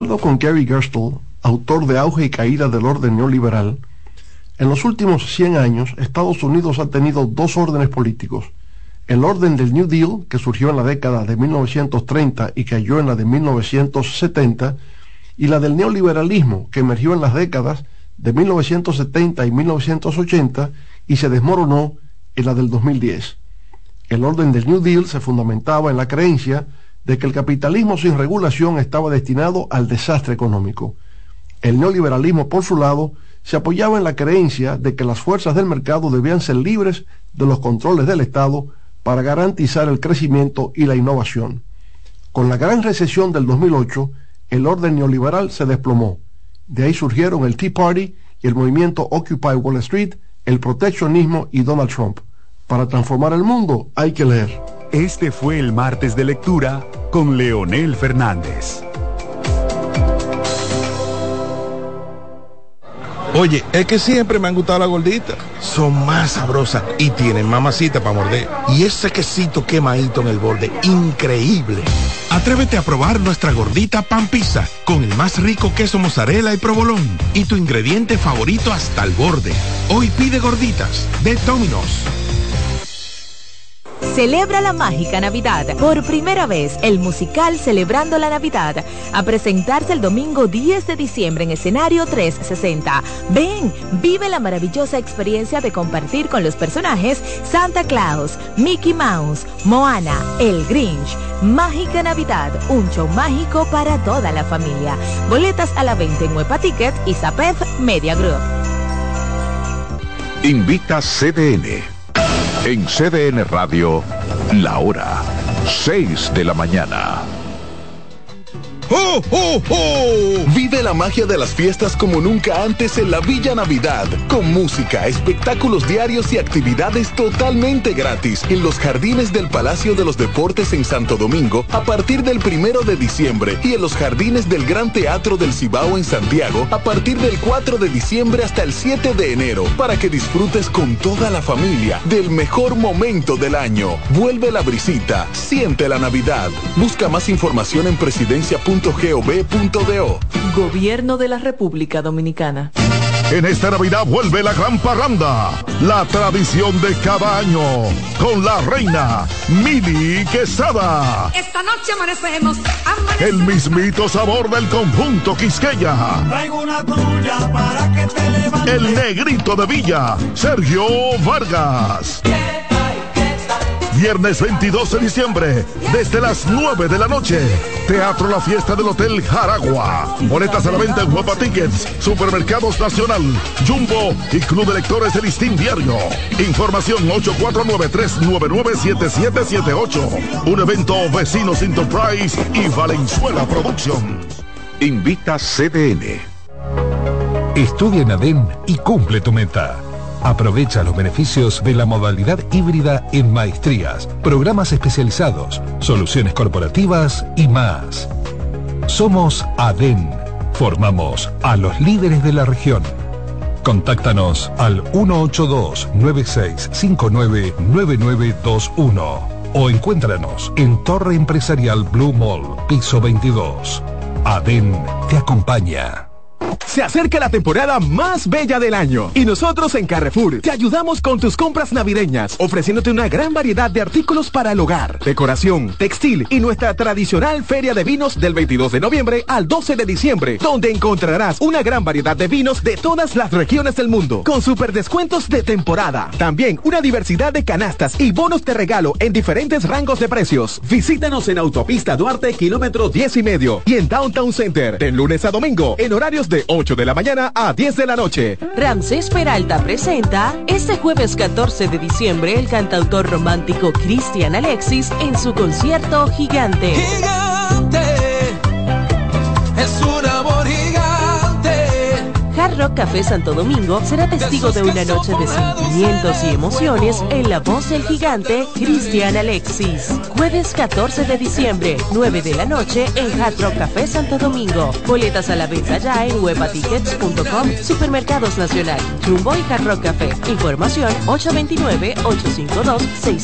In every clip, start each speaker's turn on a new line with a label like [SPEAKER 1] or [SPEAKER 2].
[SPEAKER 1] Con Gary Gerstle, autor de Auge y Caída del Orden Neoliberal, en los últimos 100 años Estados Unidos ha tenido dos órdenes políticos: el orden del New Deal, que surgió en la década de 1930 y cayó en la de 1970, y la del neoliberalismo, que emergió en las décadas de 1970 y 1980 y se desmoronó en la del 2010. El orden del New Deal se fundamentaba en la creencia de que el capitalismo sin regulación estaba destinado al desastre económico. El neoliberalismo, por su lado, se apoyaba en la creencia de que las fuerzas del mercado debían ser libres de los controles del Estado para garantizar el crecimiento y la innovación. Con la gran recesión del 2008, el orden neoliberal se desplomó. De ahí surgieron el Tea Party y el movimiento Occupy Wall Street, el proteccionismo y Donald Trump. Para transformar el mundo hay que leer.
[SPEAKER 2] Este fue el martes de lectura con Leonel Fernández.
[SPEAKER 3] Oye, es que siempre me han gustado las gorditas. Son más sabrosas y tienen mamacita para morder. Y ese quesito quemadito en el borde, increíble. Atrévete a probar nuestra gordita pan pizza con el más rico queso mozzarella y provolón y tu ingrediente favorito hasta el borde. Hoy pide gorditas de Domino's.
[SPEAKER 4] Celebra la mágica Navidad. Por primera vez, el musical Celebrando la Navidad, a presentarse el domingo 10 de diciembre en escenario 360. Ven, vive la maravillosa experiencia de compartir con los personajes Santa Claus, Mickey Mouse, Moana, El Grinch. Mágica Navidad, un show mágico para toda la familia. Boletas a la venta en Huepa Ticket y Zapef Media Group.
[SPEAKER 5] Invita CDN. En CDN Radio, la hora 6 de la mañana.
[SPEAKER 6] ¡Oh, oh, oh! Vive la magia de las fiestas como nunca antes en la Villa Navidad, con música, espectáculos diarios y actividades totalmente gratis en los jardines del Palacio de los Deportes en Santo Domingo a partir del 1 de diciembre y en los jardines del Gran Teatro del Cibao en Santiago a partir del 4 de diciembre hasta el 7 de enero, para que disfrutes con toda la familia del mejor momento del año. Vuelve la brisita, siente la Navidad. Busca más información en presidencia.gov.do.
[SPEAKER 7] Gobierno de la República Dominicana.
[SPEAKER 8] En esta Navidad vuelve la gran parranda, la tradición de cada año, con la reina Mili Quesada.
[SPEAKER 9] Esta noche amanecemos.
[SPEAKER 8] El mismito sabor del conjunto Quisqueya.
[SPEAKER 9] Traigo una tuya para que te levantes.
[SPEAKER 8] El negrito de Villa, Sergio Vargas. Viernes 22 de diciembre, desde las 9 de la noche. Teatro La Fiesta del Hotel Jaragua. Boletas a la venta en Huepa Tickets, Supermercados Nacional, Jumbo y Club de Lectores del Listín Diario. Información 849-399-7778. Un evento Vecinos Enterprise y Valenzuela Productions.
[SPEAKER 5] Invita CDN.
[SPEAKER 10] Estudia en ADEN y cumple tu meta. Aprovecha los beneficios de la modalidad híbrida en maestrías, programas especializados, soluciones corporativas y más. Somos ADEN. Formamos a los líderes de la región. Contáctanos al 182-9659-9921 o encuéntranos en Torre Empresarial Blue Mall, piso 22. ADEN te acompaña.
[SPEAKER 11] Se acerca la temporada más bella del año y nosotros en Carrefour te ayudamos con tus compras navideñas, ofreciéndote una gran variedad de artículos para el hogar, decoración, textil y nuestra tradicional feria de vinos del 22 de noviembre al 12 de diciembre, donde encontrarás una gran variedad de vinos de todas las regiones del mundo, con super descuentos de temporada. También una diversidad de canastas y bonos de regalo en diferentes rangos de precios. Visítanos en Autopista Duarte, kilómetro 10.5 y en Downtown Center, de lunes a domingo, en horarios de 8 de la mañana a 10 de la noche.
[SPEAKER 7] Ramsés Peralta presenta este jueves 14 de diciembre el cantautor romántico Cristian Alexis en su concierto Gigante.
[SPEAKER 9] Gigante, es un amor gigante.
[SPEAKER 7] Hard Rock Café Santo Domingo será testigo de una noche de sentimientos y emociones en la voz del gigante Cristian Alexis. Jueves 14 de diciembre, 9 de la noche en Hard Rock Café Santo Domingo. Boletas a la venta ya en webatickets.com, Supermercados Nacional, Jumbo y Hard Rock Café. Información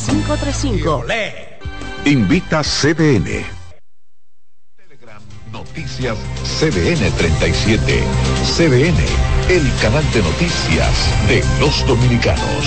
[SPEAKER 7] 829-852-6535.
[SPEAKER 5] Invita CDN. Noticias CDN 37. CDN, el canal de noticias de los dominicanos.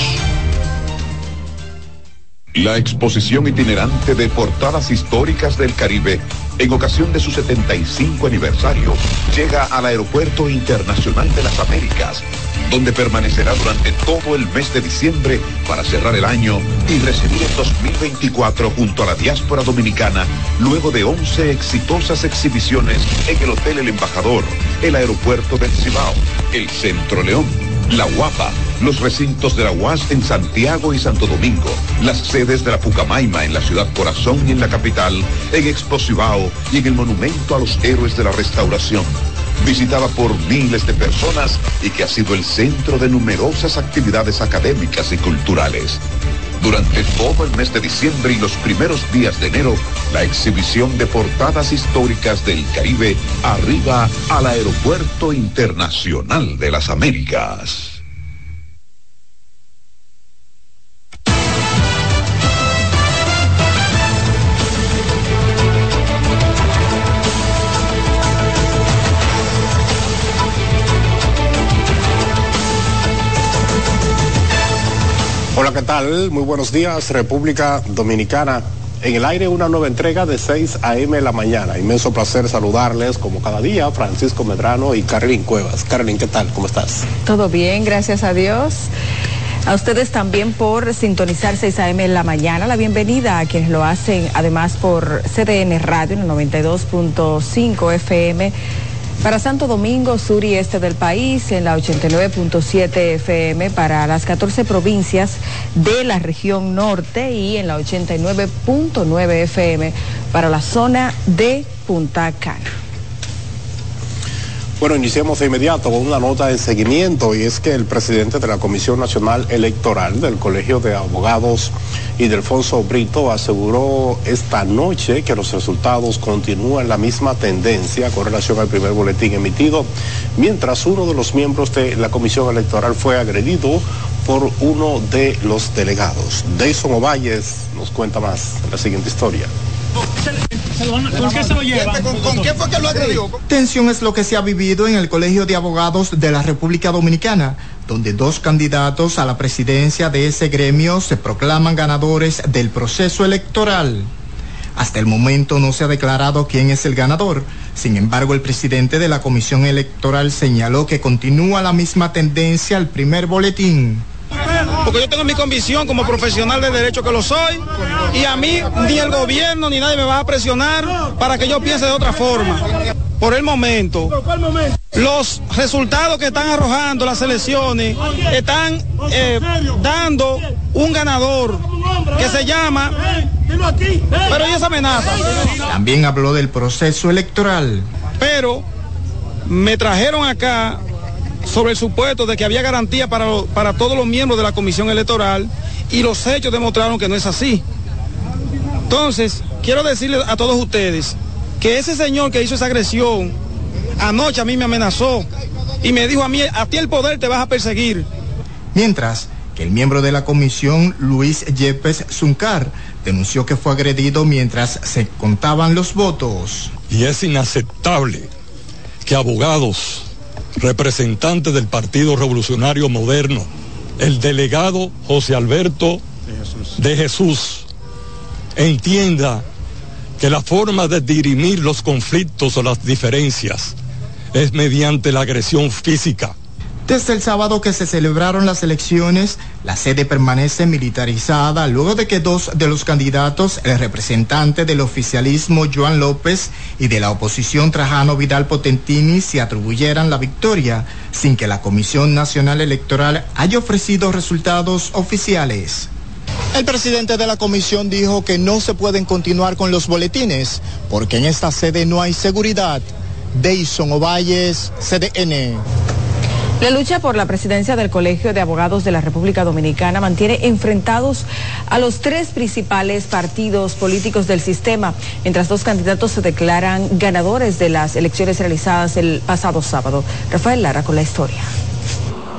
[SPEAKER 5] La exposición itinerante de portadas históricas del Caribe, en ocasión de su 75 aniversario, llega al Aeropuerto Internacional de las Américas, donde permanecerá durante todo el mes de diciembre para cerrar el año y recibir en 2024 junto a la diáspora dominicana, luego de 11 exitosas exhibiciones en el Hotel El Embajador, el Aeropuerto del Cibao, el Centro León, La Guapa, los recintos de la UAS en Santiago y Santo Domingo, las sedes de la Pucamaima en la ciudad corazón y en la capital, en Expo Cibao y en el Monumento a los Héroes de la Restauración, visitada por miles de personas y que ha sido el centro de numerosas actividades académicas y culturales. Durante todo el mes de diciembre y los primeros días de enero, la exhibición de portadas históricas del Caribe arriba al Aeropuerto Internacional de las Américas.
[SPEAKER 12] Hola, ¿qué tal? Muy buenos días, República Dominicana. En el aire una nueva entrega de 6 a.m. en la mañana. Inmenso placer saludarles como cada día, Francisco Medrano y Carolyn Cuevas. Carolyn, ¿qué tal? ¿Cómo estás?
[SPEAKER 13] Todo bien, gracias a Dios. A ustedes también por sintonizar 6 a.m. en la mañana. La bienvenida a quienes lo hacen además por CDN Radio en el 92.5 FM. Para Santo Domingo, sur y este del país, en la 89.7 FM, para las 14 provincias de la región norte y en la 89.9 FM para la zona de Punta Cana.
[SPEAKER 12] Bueno, iniciamos de inmediato con una nota de seguimiento, y es que el presidente de la Comisión Nacional Electoral del Colegio de Abogados, Ildefonso Brito, aseguró esta noche que los resultados continúan la misma tendencia con relación al primer boletín emitido, mientras uno de los miembros de la Comisión Electoral fue agredido por uno de los delegados. Deison Ovalles nos cuenta más en la siguiente historia.
[SPEAKER 14] ¿Con qué se lo llevan? ¿Con qué fue que lo agredió? Tensión es lo que se ha vivido en el Colegio de Abogados de la República Dominicana, donde dos candidatos a la presidencia de ese gremio se proclaman ganadores del proceso electoral. Hasta el momento no se ha declarado quién es el ganador. Sin embargo, el presidente de la Comisión Electoral señaló que continúa la misma tendencia al primer boletín.
[SPEAKER 15] Porque yo tengo mi convicción como profesional de derecho que lo soy, y a mí ni el gobierno ni nadie me va a presionar para que yo piense de otra forma. Por el momento, los resultados que están arrojando las elecciones están dando un ganador que se llama, pero ¿y esa amenaza?
[SPEAKER 14] También habló del proceso electoral.
[SPEAKER 15] Pero me trajeron acá sobre el supuesto de que había garantía para todos los miembros de la Comisión Electoral, y los hechos demostraron que no es así. Entonces, quiero decirles a todos ustedes que ese señor que hizo esa agresión anoche a mí me amenazó y me dijo a ti el poder te vas a perseguir.
[SPEAKER 14] Mientras que el miembro de la comisión, Luis Yepes Zuncar, denunció que fue agredido mientras se contaban los votos.
[SPEAKER 16] Y es inaceptable que abogados, representantes del Partido Revolucionario Moderno, el delegado José Alberto de Jesús, entienda que la forma de dirimir los conflictos o las diferencias es mediante la agresión física.
[SPEAKER 14] Desde el sábado que se celebraron las elecciones, la sede permanece militarizada luego de que dos de los candidatos, el representante del oficialismo Joan López y de la oposición Trajano Vidal Potentini, se atribuyeran la victoria sin que la Comisión Nacional Electoral haya ofrecido resultados oficiales. El presidente de la comisión dijo que no se pueden continuar con los boletines porque en esta sede no hay seguridad. Deison Ovalles, CDN.
[SPEAKER 13] La lucha por la presidencia del Colegio de Abogados de la República Dominicana mantiene enfrentados a los tres principales partidos políticos del sistema, mientras dos candidatos se declaran ganadores de las elecciones realizadas el pasado sábado. Rafael Lara con la historia.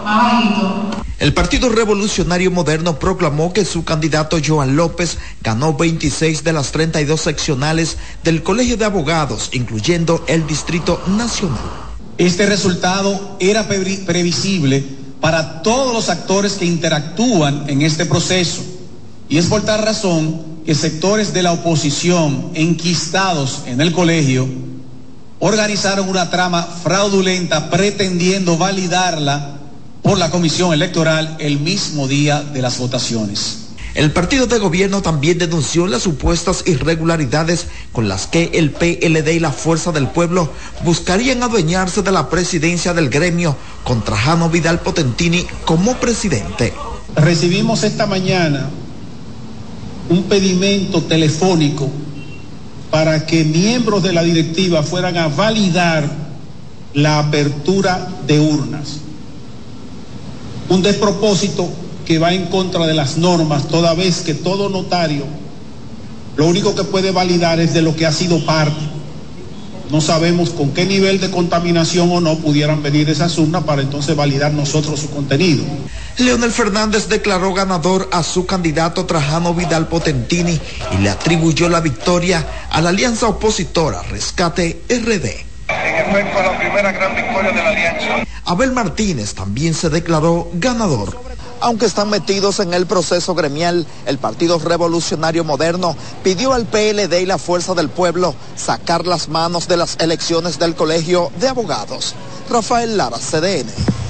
[SPEAKER 17] El Partido Revolucionario Moderno proclamó que su candidato Joan López ganó 26 de las 32 seccionales del Colegio de Abogados, incluyendo el Distrito Nacional.
[SPEAKER 18] Este resultado era previsible para todos los actores que interactúan en este proceso, y es por tal razón que sectores de la oposición enquistados en el colegio organizaron una trama fraudulenta pretendiendo validarla por la Comisión Electoral el mismo día de las votaciones.
[SPEAKER 17] El partido de gobierno también denunció las supuestas irregularidades con las que el PLD y la Fuerza del Pueblo buscarían adueñarse de la presidencia del gremio con Trajano Vidal Potentini como presidente.
[SPEAKER 18] Recibimos esta mañana un pedimento telefónico para que miembros de la directiva fueran a validar la apertura de urnas. Un despropósito que va en contra de las normas, toda vez que todo notario lo único que puede validar es de lo que ha sido parte. No sabemos con qué nivel de contaminación o no pudieran venir esas urnas para entonces validar nosotros su contenido.
[SPEAKER 17] Leonel Fernández declaró ganador a su candidato Trajano Vidal Potentini y le atribuyó la victoria a la alianza opositora Rescate RD.
[SPEAKER 19] En efecto, la primera gran victoria de la alianza.
[SPEAKER 17] Abel Martínez también se declaró ganador. Aunque están metidos en el proceso gremial, el Partido Revolucionario Moderno pidió al PLD y la Fuerza del Pueblo sacar las manos de las elecciones del Colegio de Abogados. Rafael Lara, CDN.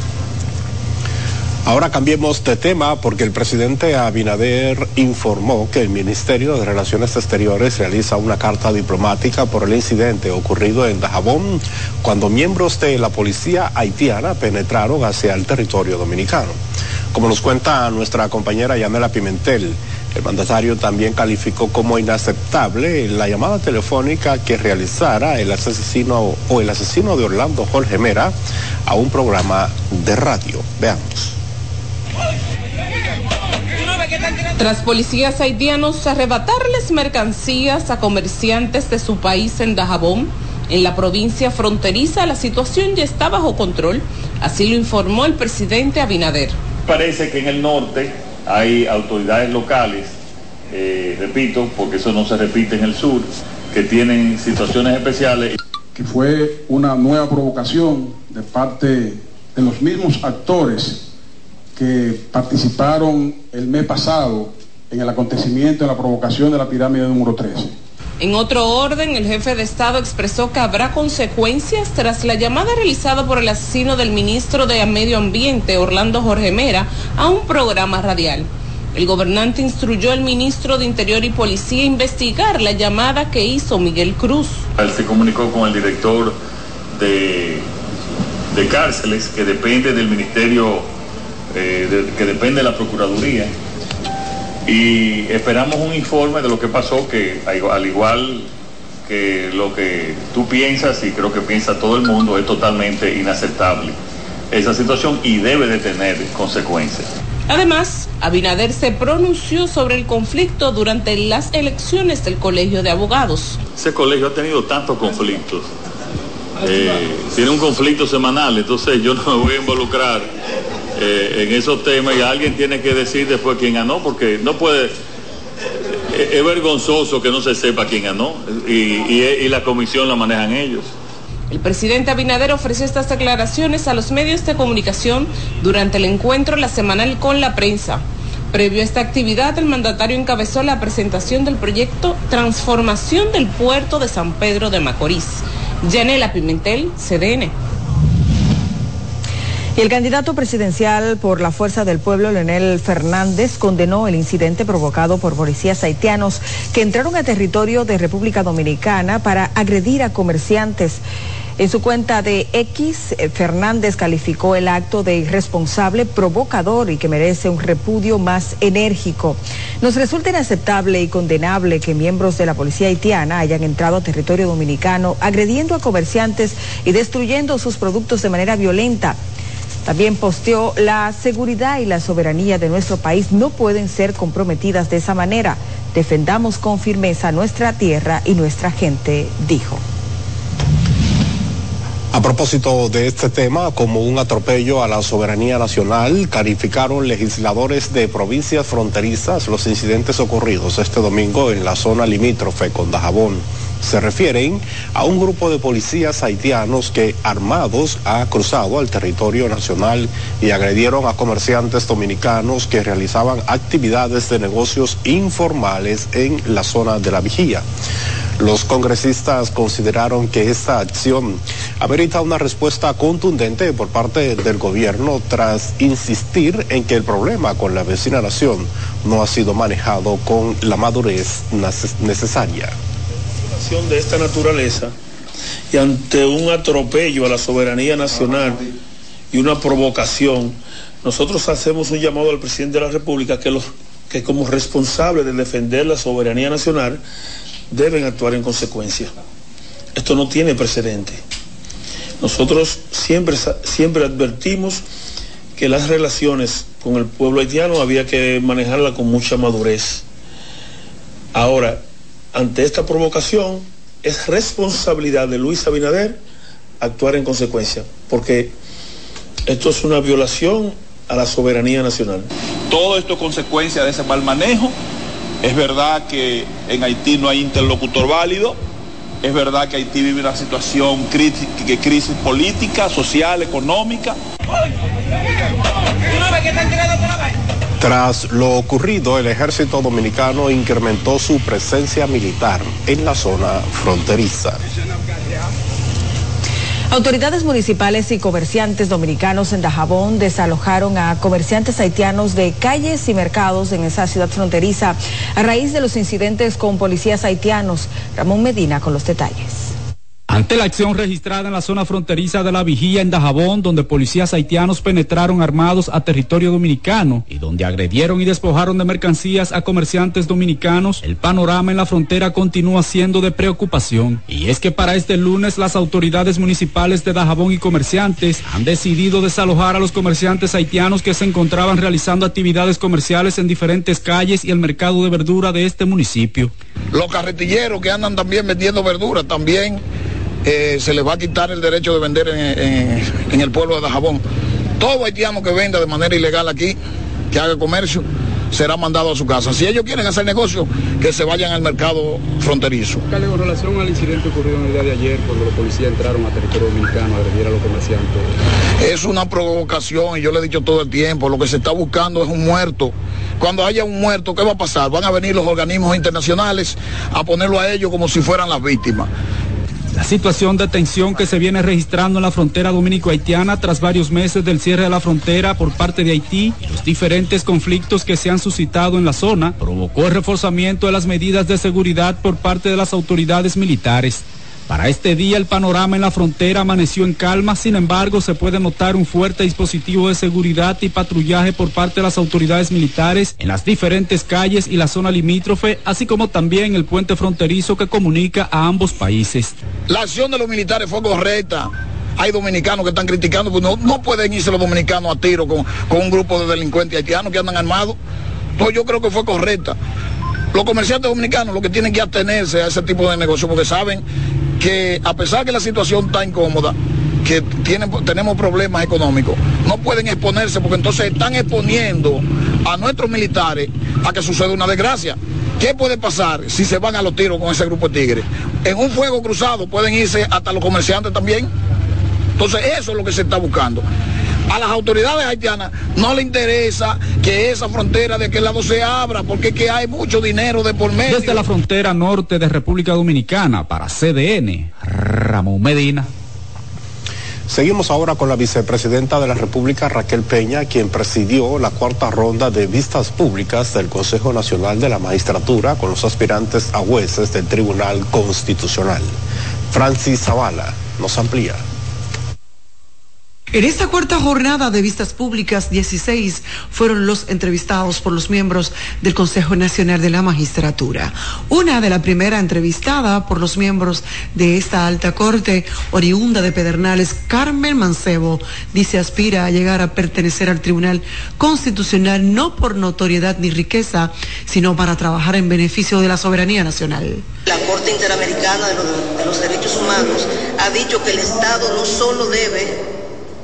[SPEAKER 12] Ahora cambiemos de tema porque el presidente Abinader informó que el Ministerio de Relaciones Exteriores realiza una carta diplomática por el incidente ocurrido en Dajabón cuando miembros de la policía haitiana penetraron hacia el territorio dominicano. Como nos cuenta nuestra compañera Yanela Pimentel, el mandatario también calificó como inaceptable la llamada telefónica que realizara el asesino de Orlando Jorge Mera a un programa de radio. Veamos.
[SPEAKER 20] Tras policías haitianos arrebatarles mercancías a comerciantes de su país en Dajabón, en la provincia fronteriza, la situación ya está bajo control, así lo informó el presidente Abinader.
[SPEAKER 21] Parece que en el norte hay autoridades locales, repito, porque eso no se repite en el sur, que tienen situaciones especiales.
[SPEAKER 22] Que fue una nueva provocación de parte de los mismos actores que participaron el mes pasado en el acontecimiento de la provocación de la pirámide número 13.
[SPEAKER 20] En otro orden, el jefe de Estado expresó que habrá consecuencias tras la llamada realizada por el asesino del ministro de Medio Ambiente, Orlando Jorge Mera, a un programa radial. El gobernante instruyó al ministro de Interior y Policía a investigar la llamada que hizo Miguel Cruz.
[SPEAKER 21] Él se comunicó con el director de cárceles, que depende del ministerio, que depende de la Procuraduría, y esperamos un informe de lo que pasó, que al igual que lo que tú piensas y creo que piensa todo el mundo, es totalmente inaceptable esa situación y debe de tener consecuencias.
[SPEAKER 20] Además, Abinader se pronunció sobre el conflicto durante las elecciones del Colegio de Abogados.
[SPEAKER 21] Ese colegio ha tenido tantos conflictos, tiene un conflicto semanal, entonces yo no me voy a involucrar en esos temas, y alguien tiene que decir después quién ganó, porque no puede, es vergonzoso que no se sepa quién ganó, y la comisión la manejan ellos.
[SPEAKER 20] El presidente Abinader ofreció estas declaraciones a los medios de comunicación durante el encuentro la semanal con la prensa. Previo a esta actividad, el mandatario encabezó la presentación del proyecto Transformación del Puerto de San Pedro de Macorís. Yanela Pimentel, CDN.
[SPEAKER 13] Y el candidato presidencial por la Fuerza del Pueblo, Leonel Fernández, condenó el incidente provocado por policías haitianos que entraron a territorio de República Dominicana para agredir a comerciantes. En su cuenta de X, Fernández calificó el acto de irresponsable, provocador y que merece un repudio más enérgico. Nos resulta inaceptable y condenable que miembros de la policía haitiana hayan entrado a territorio dominicano agrediendo a comerciantes y destruyendo sus productos de manera violenta. También posteó: la seguridad y la soberanía de nuestro país no pueden ser comprometidas de esa manera. Defendamos con firmeza nuestra tierra y nuestra gente, dijo.
[SPEAKER 12] A propósito de este tema, como un atropello a la soberanía nacional, calificaron legisladores de provincias fronterizas los incidentes ocurridos este domingo en la zona limítrofe con Dajabón. Se refieren a un grupo de policías haitianos que, armados, ha cruzado al territorio nacional y agredieron a comerciantes dominicanos que realizaban actividades de negocios informales en la zona de La Vigía. Los congresistas consideraron que esta acción amerita una respuesta contundente por parte del gobierno tras insistir en que el problema con la vecina nación no ha sido manejado con la madurez necesaria.
[SPEAKER 1] De esta naturaleza y ante un atropello a la soberanía nacional y una provocación, nosotros hacemos un llamado al presidente de la República que como responsable de defender la soberanía nacional deben actuar en consecuencia. Esto no tiene precedente. Nosotros siempre advertimos que las relaciones con el pueblo haitiano había que manejarla con mucha madurez. Ahora, ante esta provocación, es responsabilidad de Luis Abinader actuar en consecuencia, porque esto es una violación a la soberanía nacional.
[SPEAKER 2] Todo esto es consecuencia de ese mal manejo. Es verdad que en Haití no hay interlocutor válido, es verdad que Haití vive una situación crisis política, social, económica.
[SPEAKER 12] Tras lo ocurrido, el ejército dominicano incrementó su presencia militar en la zona fronteriza.
[SPEAKER 13] Autoridades municipales y comerciantes dominicanos en Dajabón desalojaron a comerciantes haitianos de calles y mercados en esa ciudad fronteriza a raíz de los incidentes con policías haitianos. Ramón Medina con los detalles.
[SPEAKER 23] Ante la acción registrada en la zona fronteriza de La Vigía en Dajabón, donde policías haitianos penetraron armados a territorio dominicano y donde agredieron y despojaron de mercancías a comerciantes dominicanos, el panorama en la frontera continúa siendo de preocupación. Y es que para este lunes las autoridades municipales de Dajabón y comerciantes han decidido desalojar a los comerciantes haitianos que se encontraban realizando actividades comerciales en diferentes calles y el mercado de verdura de este municipio.
[SPEAKER 24] Los carretilleros que andan también vendiendo verdura también se les va a quitar el derecho de vender en el pueblo de Dajabón. Todo haitiano que venda de manera ilegal aquí, que haga comercio, será mandado a su casa. Si ellos quieren hacer negocio, que se vayan al mercado fronterizo.
[SPEAKER 23] Alcalde, con relación al incidente ocurrido en el día de ayer, cuando los policías entraron a territorio dominicano a agredir a los comerciantes.
[SPEAKER 24] Es una provocación, y yo le he dicho todo el tiempo, lo que se está buscando es un muerto. Cuando haya un muerto, ¿qué va a pasar? Van a venir los organismos internacionales a ponerlo a ellos como si fueran las víctimas.
[SPEAKER 23] La situación de tensión que se viene registrando en la frontera dominico-haitiana tras varios meses del cierre de la frontera por parte de Haití y los diferentes conflictos que se han suscitado en la zona provocó el reforzamiento de las medidas de seguridad por parte de las autoridades militares. Para este día el panorama en la frontera amaneció en calma, sin embargo se puede notar un fuerte dispositivo de seguridad y patrullaje por parte de las autoridades militares en las diferentes calles y la zona limítrofe, así como también el puente fronterizo que comunica a ambos países.
[SPEAKER 24] La acción de los militares fue correcta. Hay dominicanos que están criticando, pues no pueden irse los dominicanos a tiro con un grupo de delincuentes haitianos que andan armados. Entonces yo creo que fue correcta. Los comerciantes dominicanos lo que tienen que atenerse a ese tipo de negocio porque saben que a pesar que la situación está incómoda, que tenemos problemas económicos, no pueden exponerse porque entonces están exponiendo a nuestros militares a que suceda una desgracia. ¿Qué puede pasar si se van a los tiros con ese grupo de tigres? En un fuego cruzado pueden irse hasta los comerciantes también. Entonces eso es lo que se está buscando. A las autoridades haitianas no les interesa que esa frontera de aquel lado se abra, porque es que hay mucho dinero de por medio.
[SPEAKER 23] Desde la frontera norte de República Dominicana, para CDN, Ramón Medina.
[SPEAKER 12] Seguimos ahora con la vicepresidenta de la República, Raquel Peña, quien presidió la cuarta ronda de vistas públicas del Consejo Nacional de la Magistratura con los aspirantes a jueces del Tribunal Constitucional. Francis Zavala nos amplía.
[SPEAKER 3] En esta cuarta jornada de vistas públicas, 16 fueron los entrevistados por los miembros del Consejo Nacional de la Magistratura. Una de la primera entrevistada por los miembros de esta alta corte, oriunda de Pedernales, Carmen Mancebo, dice aspira a llegar a pertenecer al Tribunal Constitucional no por notoriedad ni riqueza, sino para trabajar en beneficio de la soberanía nacional.
[SPEAKER 4] La Corte Interamericana de los Derechos Humanos ha dicho que el Estado no solo debe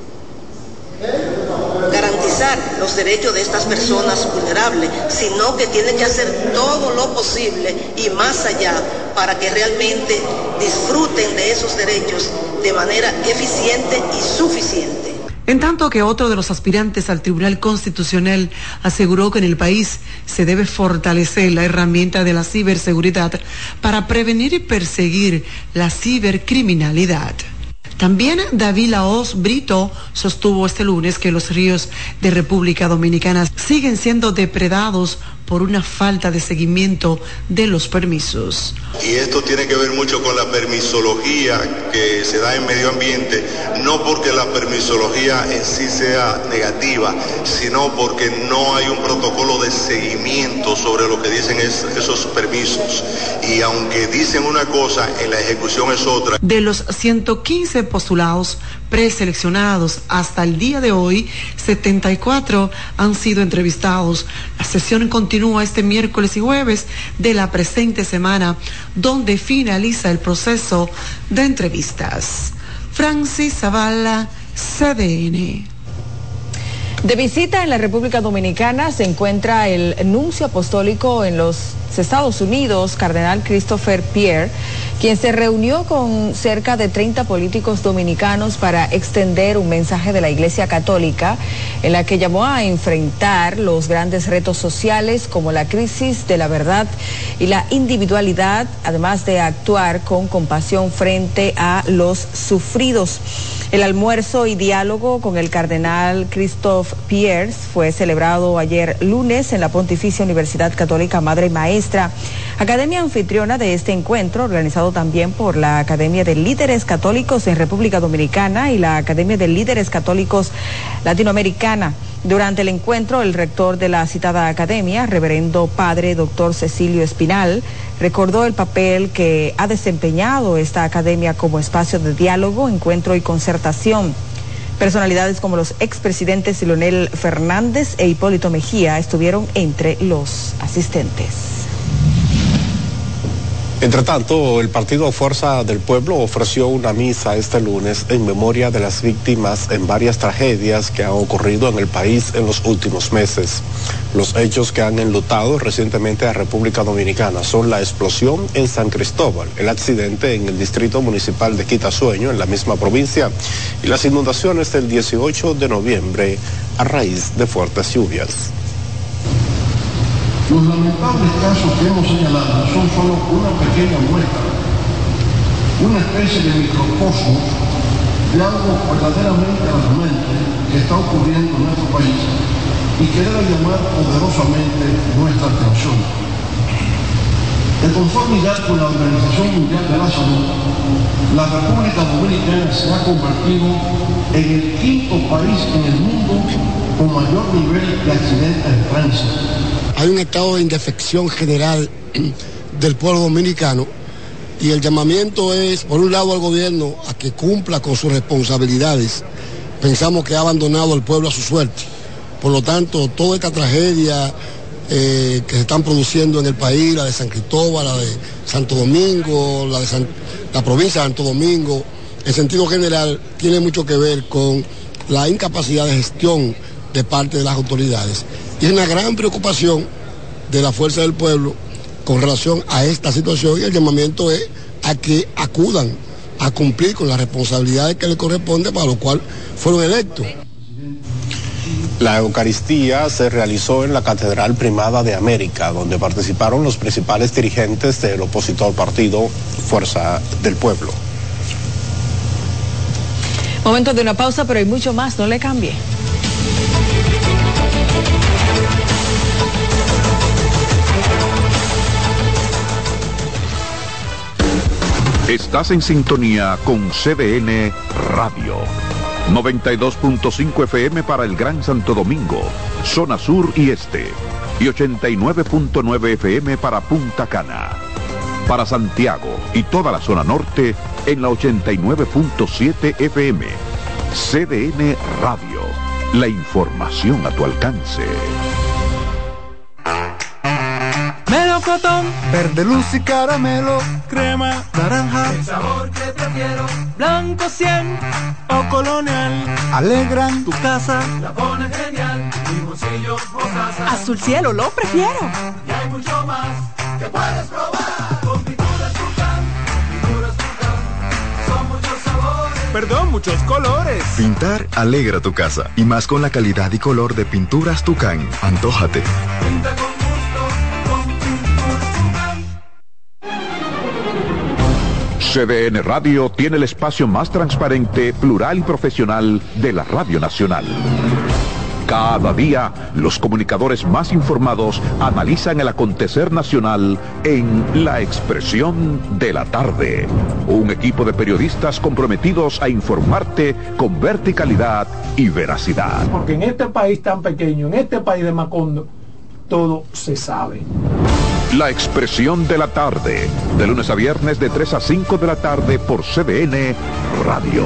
[SPEAKER 4] garantizar los derechos de estas personas vulnerables, sino que tiene que hacer todo lo posible y más allá para que realmente disfruten de esos derechos de manera eficiente y suficiente.
[SPEAKER 3] En tanto que otro de los aspirantes al Tribunal Constitucional aseguró que en el país se debe fortalecer la herramienta de la ciberseguridad para prevenir y perseguir la cibercriminalidad. También David Laos Brito sostuvo este lunes que los ríos de República Dominicana siguen siendo depredados por una falta de seguimiento de los permisos.
[SPEAKER 6] Y esto tiene que ver mucho con la permisología que se da en medio ambiente, no porque la permisología en sí sea negativa, sino porque no hay un protocolo de seguimiento sobre lo que dicen esos permisos. Y aunque dicen una cosa, en la ejecución es otra.
[SPEAKER 3] De los 115 postulados preseleccionados hasta el día de hoy, 74 han sido entrevistados. La sesión continúa este miércoles y jueves de la presente semana, donde finaliza el proceso de entrevistas. Francis Zavala, CDN.
[SPEAKER 13] De visita en la República Dominicana se encuentra el nuncio apostólico en los Estados Unidos, Cardenal Christopher Pierre, quien se reunió con cerca de 30 políticos dominicanos para extender un mensaje de la Iglesia Católica en la que llamó a enfrentar los grandes retos sociales como la crisis de la verdad y la individualidad, además de actuar con compasión frente a los sufridos. El almuerzo y diálogo con el cardenal Christophe Pierre fue celebrado ayer lunes en la Pontificia Universidad Católica Madre y Maestra, academia anfitriona de este encuentro, organizado también por la Academia de Líderes Católicos en República Dominicana y la Academia de Líderes Católicos Latinoamericana. Durante el encuentro, el rector de la citada academia, reverendo padre Dr. Cecilio Espinal, recordó el papel que ha desempeñado esta academia como espacio de diálogo, encuentro y concertación. Personalidades como los expresidentes Leonel Fernández e Hipólito Mejía estuvieron entre los asistentes.
[SPEAKER 12] Entre tanto, el partido Fuerza del Pueblo ofreció una misa este lunes en memoria de las víctimas en varias tragedias que han ocurrido en el país en los últimos meses. Los hechos que han enlutado recientemente a República Dominicana son la explosión en San Cristóbal, el accidente en el distrito municipal de Quitasueño, en la misma provincia, y las inundaciones del 18 de noviembre a raíz de fuertes lluvias.
[SPEAKER 8] Los lamentables casos que hemos señalado son solo una pequeña muestra, una especie de microcosmos de algo verdaderamente alarmante que está ocurriendo en nuestro país y que debe llamar poderosamente nuestra atención. De conformidad con la Organización Mundial de la Salud, la República Dominicana se ha convertido en el quinto país en el mundo con mayor nivel de accidentes de tránsito.
[SPEAKER 25] Hay un estado de indefección general del pueblo dominicano y el llamamiento es, por un lado, al gobierno a que cumpla con sus responsabilidades. Pensamos que ha abandonado al pueblo a su suerte. Por lo tanto, toda esta tragedia que se están produciendo en el país, la de San Cristóbal, la de Santo Domingo, la provincia de Santo Domingo, en sentido general, tiene mucho que ver con la incapacidad de gestión de parte de las autoridades. Y es una gran preocupación de la Fuerza del Pueblo con relación a esta situación y el llamamiento es a que acudan a cumplir con las responsabilidades que les corresponde para lo cual fueron electos.
[SPEAKER 12] La Eucaristía se realizó en la Catedral Primada de América, donde participaron los principales dirigentes del opositor partido Fuerza del Pueblo.
[SPEAKER 13] Momento de una pausa, pero hay mucho más, no le cambie.
[SPEAKER 5] Estás en sintonía con CDN Radio. 92.5 FM para el Gran Santo Domingo, zona sur y este, y 89.9 FM para Punta Cana. Para Santiago y toda la zona norte en la 89.7 FM. CDN Radio, la información a tu alcance.
[SPEAKER 7] Melocotón, verde luz y caramelo, crema, naranja, el sabor que prefiero, blanco 100 o colonial, alegran tu casa, la pones genial, limoncillo, mostaza, azul cielo lo prefiero, y hay mucho más que puedes probar, con pinturas Tucán, son muchos sabores, perdón, muchos colores.
[SPEAKER 9] Pintar alegra tu casa, y más con la calidad y color de Pinturas Tucán. Antójate.
[SPEAKER 7] Pinta con
[SPEAKER 5] CDN Radio tiene el espacio más transparente, plural y profesional de la Radio Nacional. Cada día, los comunicadores más informados analizan el acontecer nacional en La Expresión de la Tarde. Un equipo de periodistas comprometidos a informarte con verticalidad y veracidad.
[SPEAKER 10] Porque en este país tan pequeño, en este país de Macondo, todo se sabe.
[SPEAKER 5] La Expresión de la Tarde, de lunes a viernes de 3 a 5 de la tarde por CDN Radio.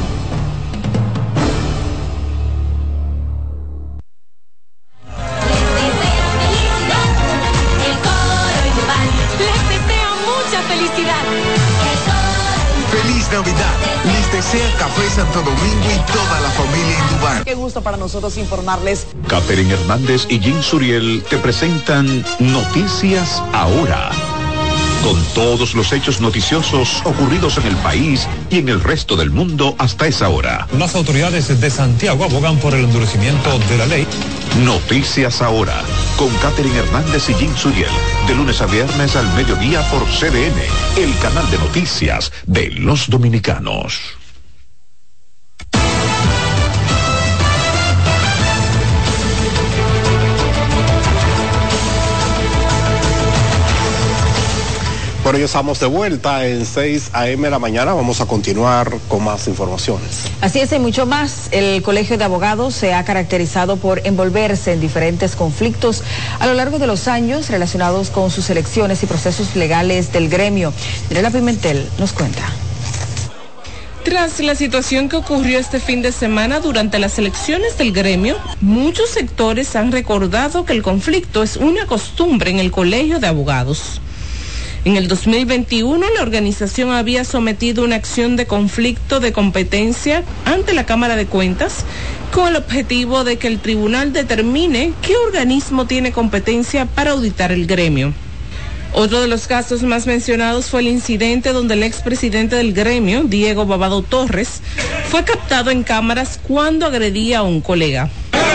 [SPEAKER 11] Navidad. Les desea Café Santo Domingo y toda la familia en Dubán.
[SPEAKER 15] Qué gusto para nosotros informarles.
[SPEAKER 5] Catherine Hernández y Jim Suriel te presentan Noticias Ahora. Con todos los hechos noticiosos ocurridos en el país y en el resto del mundo hasta esa hora.
[SPEAKER 26] Las autoridades de Santiago abogan por el endurecimiento de la ley.
[SPEAKER 5] Noticias Ahora, con Catherine Hernández y Jim Suriel, de lunes a viernes al mediodía por CDN, el canal de noticias de los dominicanos.
[SPEAKER 12] Bueno, ya estamos de vuelta en 6 a.m. de la mañana. Vamos a continuar con más informaciones.
[SPEAKER 13] Así es, y mucho más. El Colegio de Abogados se ha caracterizado por envolverse en diferentes conflictos a lo largo de los años relacionados con sus elecciones y procesos legales del gremio. Mirela Pimentel nos cuenta.
[SPEAKER 20] Tras la situación que ocurrió este fin de semana durante las elecciones del gremio, muchos sectores han recordado que el conflicto es una costumbre en el Colegio de Abogados. En el 2021, la organización había sometido una acción de conflicto de competencia ante la Cámara de Cuentas con el objetivo de que el tribunal determine qué organismo tiene competencia para auditar el gremio. Otro de los casos más mencionados fue el incidente donde el expresidente del gremio, Diego Babado Torres, fue captado en cámaras cuando agredía a un colega.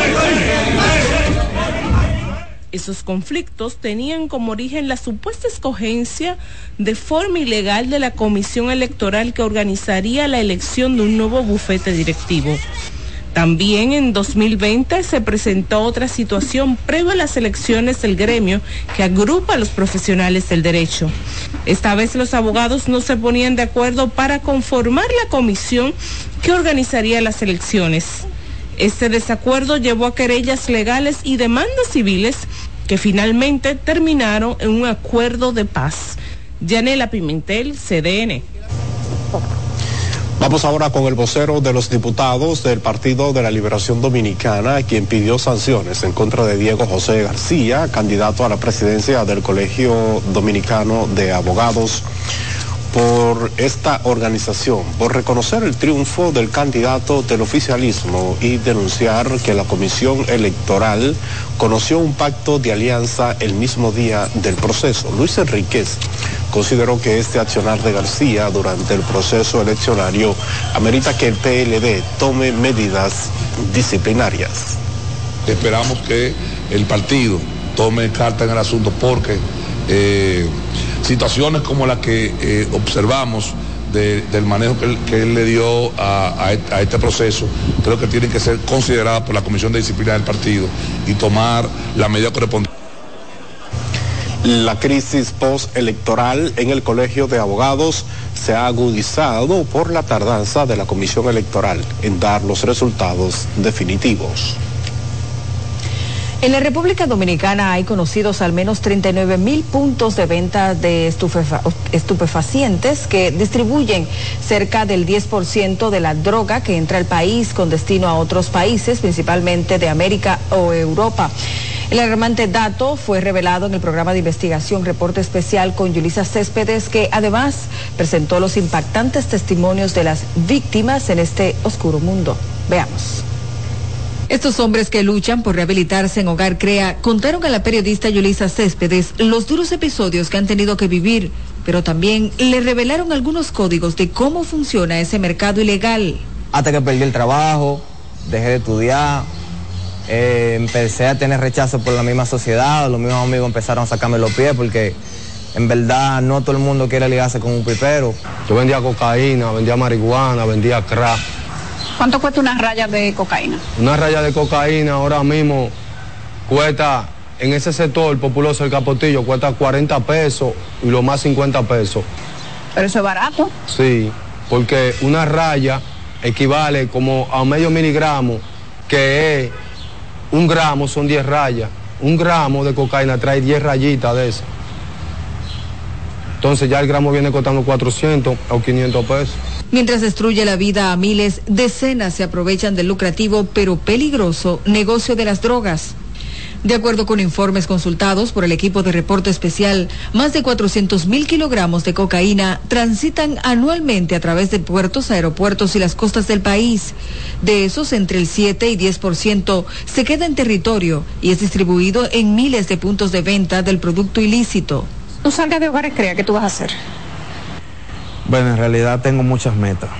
[SPEAKER 20] Esos conflictos tenían como origen la supuesta escogencia de forma ilegal de la comisión electoral que organizaría la elección de un nuevo bufete directivo. También en 2020 se presentó otra situación previa a las elecciones del gremio que agrupa a los profesionales del derecho. Esta vez los abogados no se ponían de acuerdo para conformar la comisión que organizaría las elecciones. Este desacuerdo llevó a querellas legales y demandas civiles que finalmente terminaron en un acuerdo de paz. Yanela Pimentel, CDN.
[SPEAKER 12] Vamos ahora con el vocero de los diputados del Partido de la Liberación Dominicana, quien pidió sanciones en contra de Diego José García, candidato a la presidencia del Colegio Dominicano de Abogados, por esta organización, por reconocer el triunfo del candidato del oficialismo y denunciar que la Comisión Electoral conoció un pacto de alianza el mismo día del proceso. Luis Enríquez consideró que este accionar de García durante el proceso eleccionario amerita que el PLD tome medidas disciplinarias.
[SPEAKER 27] Esperamos que el partido tome carta en el asunto porque situaciones como la que observamos del manejo que él le dio a este proceso, creo que tienen que ser consideradas por la Comisión de Disciplina del partido y tomar la medida correspondiente.
[SPEAKER 12] La crisis postelectoral en el Colegio de Abogados se ha agudizado por la tardanza de la Comisión Electoral en dar los resultados definitivos.
[SPEAKER 13] En la República Dominicana hay conocidos al menos 39.000 puntos de venta de estupefacientes que distribuyen cerca del 10% de la droga que entra al país con destino a otros países, principalmente de América o Europa. El alarmante dato fue revelado en el programa de investigación Reporte Especial con Yulisa Céspedes, que además presentó los impactantes testimonios de las víctimas en este oscuro mundo. Veamos. Estos hombres que luchan por rehabilitarse en Hogar Crea contaron a la periodista Yulisa Céspedes los duros episodios que han tenido que vivir, pero también le revelaron algunos códigos de cómo funciona ese mercado ilegal.
[SPEAKER 14] Hasta que perdí el trabajo, dejé de estudiar, empecé a tener rechazo por la misma sociedad, los mismos amigos empezaron a sacarme los pies porque en verdad no todo el mundo quiere ligarse con un pipero.
[SPEAKER 16] Yo vendía cocaína, vendía marihuana, vendía crack.
[SPEAKER 17] ¿Cuánto cuesta una raya de cocaína?
[SPEAKER 16] Una raya de cocaína ahora mismo cuesta, en ese sector populoso del Capotillo, cuesta 40 pesos y lo más 50 pesos.
[SPEAKER 17] ¿Pero eso es barato?
[SPEAKER 16] Sí, porque una raya equivale como a medio miligramo, que es 1 gramo, son 10 rayas. 1 gramo de cocaína trae 10 rayitas de esas. Entonces ya el gramo viene costando 400 o 500 pesos.
[SPEAKER 13] Mientras destruye la vida a miles, decenas se aprovechan del lucrativo pero peligroso negocio de las drogas. De acuerdo con informes consultados por el equipo de Reporte Especial, más de 400.000 kilogramos de cocaína transitan anualmente a través de puertos, aeropuertos y las costas del país. De esos, entre el 7 y 10% se queda en territorio y es distribuido en miles de puntos de venta del producto ilícito.
[SPEAKER 17] Tú salgas de Hogares Crea, ¿qué tú vas a hacer?
[SPEAKER 14] Bueno, en realidad tengo muchas metas.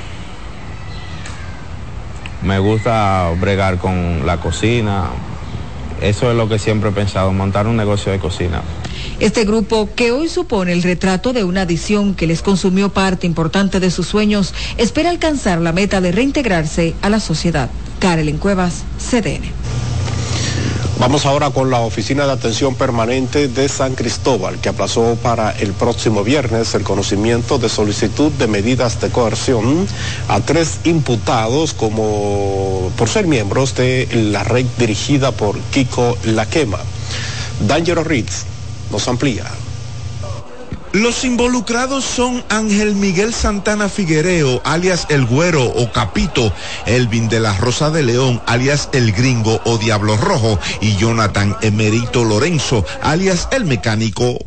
[SPEAKER 14] Me gusta bregar con la cocina. Eso es lo que siempre he pensado, montar un negocio de cocina.
[SPEAKER 13] Este grupo, que hoy supone el retrato de una adicción que les consumió parte importante de sus sueños, espera alcanzar la meta de reintegrarse a la sociedad. Karelyn Cuevas, CDN.
[SPEAKER 12] Vamos ahora con la Oficina de Atención Permanente de San Cristóbal, que aplazó para el próximo viernes el conocimiento de solicitud de medidas de coerción a 3 imputados por ser miembros de la red dirigida por Kiko Laquema. D'Angelo Ritz nos amplía.
[SPEAKER 18] Los involucrados son Ángel Miguel Santana Figuereo, alias El Güero o Capito, Elvin de la Rosa de León, alias El Gringo o Diablo Rojo, y Jonathan Emerito Lorenzo, alias El Mecánico.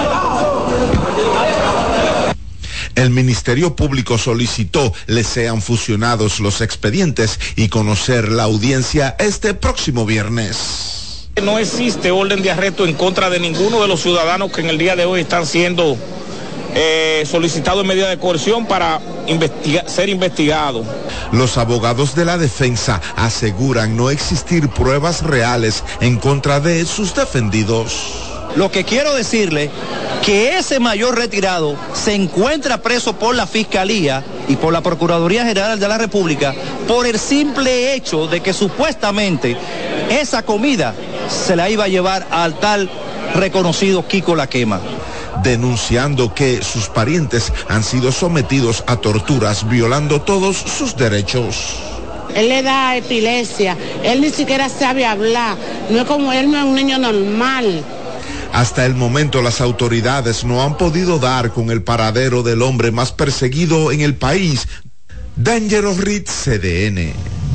[SPEAKER 18] El Ministerio Público solicitó les sean fusionados los expedientes y conocer la audiencia este próximo viernes.
[SPEAKER 19] No existe orden de arresto en contra de ninguno de los ciudadanos que en el día de hoy están siendo solicitados en medida de coerción para ser investigados.
[SPEAKER 18] Los abogados de la defensa aseguran no existir pruebas reales en contra de sus defendidos.
[SPEAKER 21] Lo que quiero decirle que ese mayor retirado se encuentra preso por la Fiscalía y por la Procuraduría General de la República por el simple hecho de que supuestamente esa comida se la iba a llevar al tal reconocido Kiko Laquema.
[SPEAKER 18] Denunciando que sus parientes han sido sometidos a torturas violando todos sus derechos.
[SPEAKER 22] Él le da epilepsia, él ni siquiera sabe hablar, no es como él, no es un niño normal.
[SPEAKER 18] Hasta el momento las autoridades no han podido dar con el paradero del hombre más perseguido en el país. D'Angelo Ritz, CDN.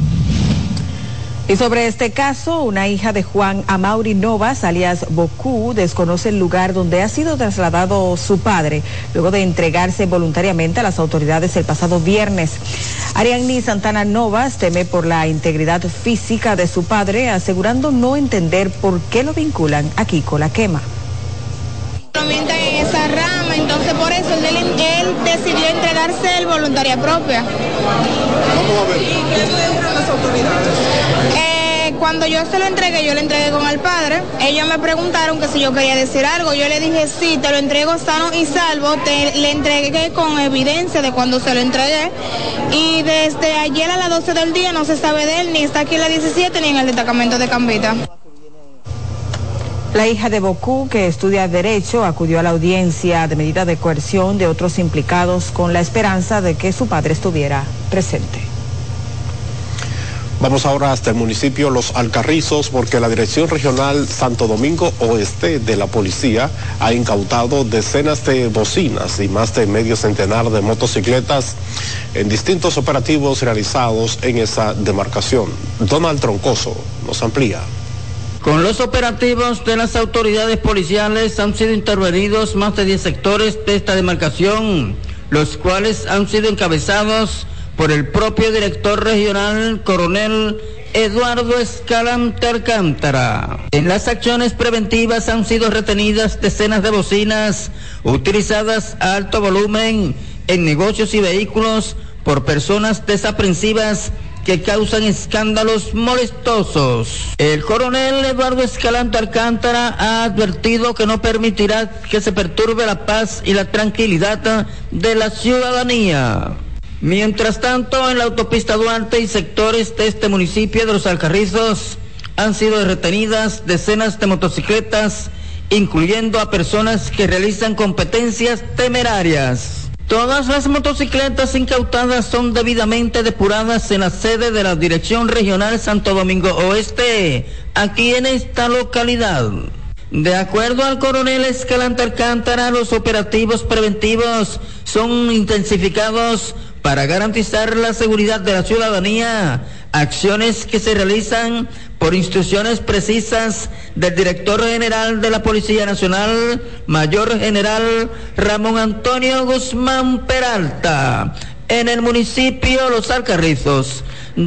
[SPEAKER 13] Y sobre este caso, una hija de Juan Amaury Novas, alias Bocú, desconoce el lugar donde ha sido trasladado su padre, luego de entregarse voluntariamente a las autoridades el pasado viernes. Ariadny Santana Novas teme por la integridad física de su padre, asegurando no entender por qué lo vinculan a Kiko Laquema.
[SPEAKER 28] En esa rama, entonces por eso él decidió entregarse el voluntaria propia.
[SPEAKER 18] ¿Cómo va a ver? ¿Y qué le dijeron las autoridades?
[SPEAKER 28] Cuando yo se lo entregué, yo le entregué con el padre. Ellos me preguntaron que si yo quería decir algo. Yo le dije, sí, te lo entrego sano y salvo. Le entregué con evidencia de cuando se lo entregué. Y desde ayer a las 12 del día no se sabe de él, ni está aquí en la 17 ni en el destacamento de Cambita.
[SPEAKER 13] La hija de Bocú, que estudia Derecho, acudió a la audiencia de medida de coerción de otros implicados con la esperanza de que su padre estuviera presente.
[SPEAKER 12] Vamos ahora hasta el municipio Los Alcarrizos porque la Dirección Regional Santo Domingo Oeste de la Policía ha incautado decenas de bocinas y más de medio centenar de motocicletas en distintos operativos realizados en esa demarcación. Donald Troncoso nos amplía.
[SPEAKER 1] Con los operativos de las autoridades policiales han sido intervenidos más de 10 sectores de esta demarcación, los cuales han sido encabezados por el propio director regional, coronel Eduardo Escalante Alcántara. En las acciones preventivas han sido retenidas decenas de bocinas utilizadas a alto volumen en negocios y vehículos por personas desaprensivas que causan escándalos molestosos. El coronel Eduardo Escalante Alcántara ha advertido que no permitirá que se perturbe la paz y la tranquilidad de la ciudadanía. Mientras tanto, en la autopista Duarte y sectores de este municipio de Los Alcarrizos han sido retenidas decenas de motocicletas, incluyendo a personas que realizan competencias temerarias. Todas las motocicletas incautadas son debidamente depuradas en la sede de la Dirección Regional Santo Domingo Oeste, aquí en esta localidad. De acuerdo al coronel Escalante Alcántara, los operativos preventivos son intensificados para garantizar la seguridad de la ciudadanía, acciones que se realizan por instrucciones precisas del director general de la Policía Nacional, Mayor General Ramón Antonio Guzmán Peralta. En el municipio Los Alcarrizos,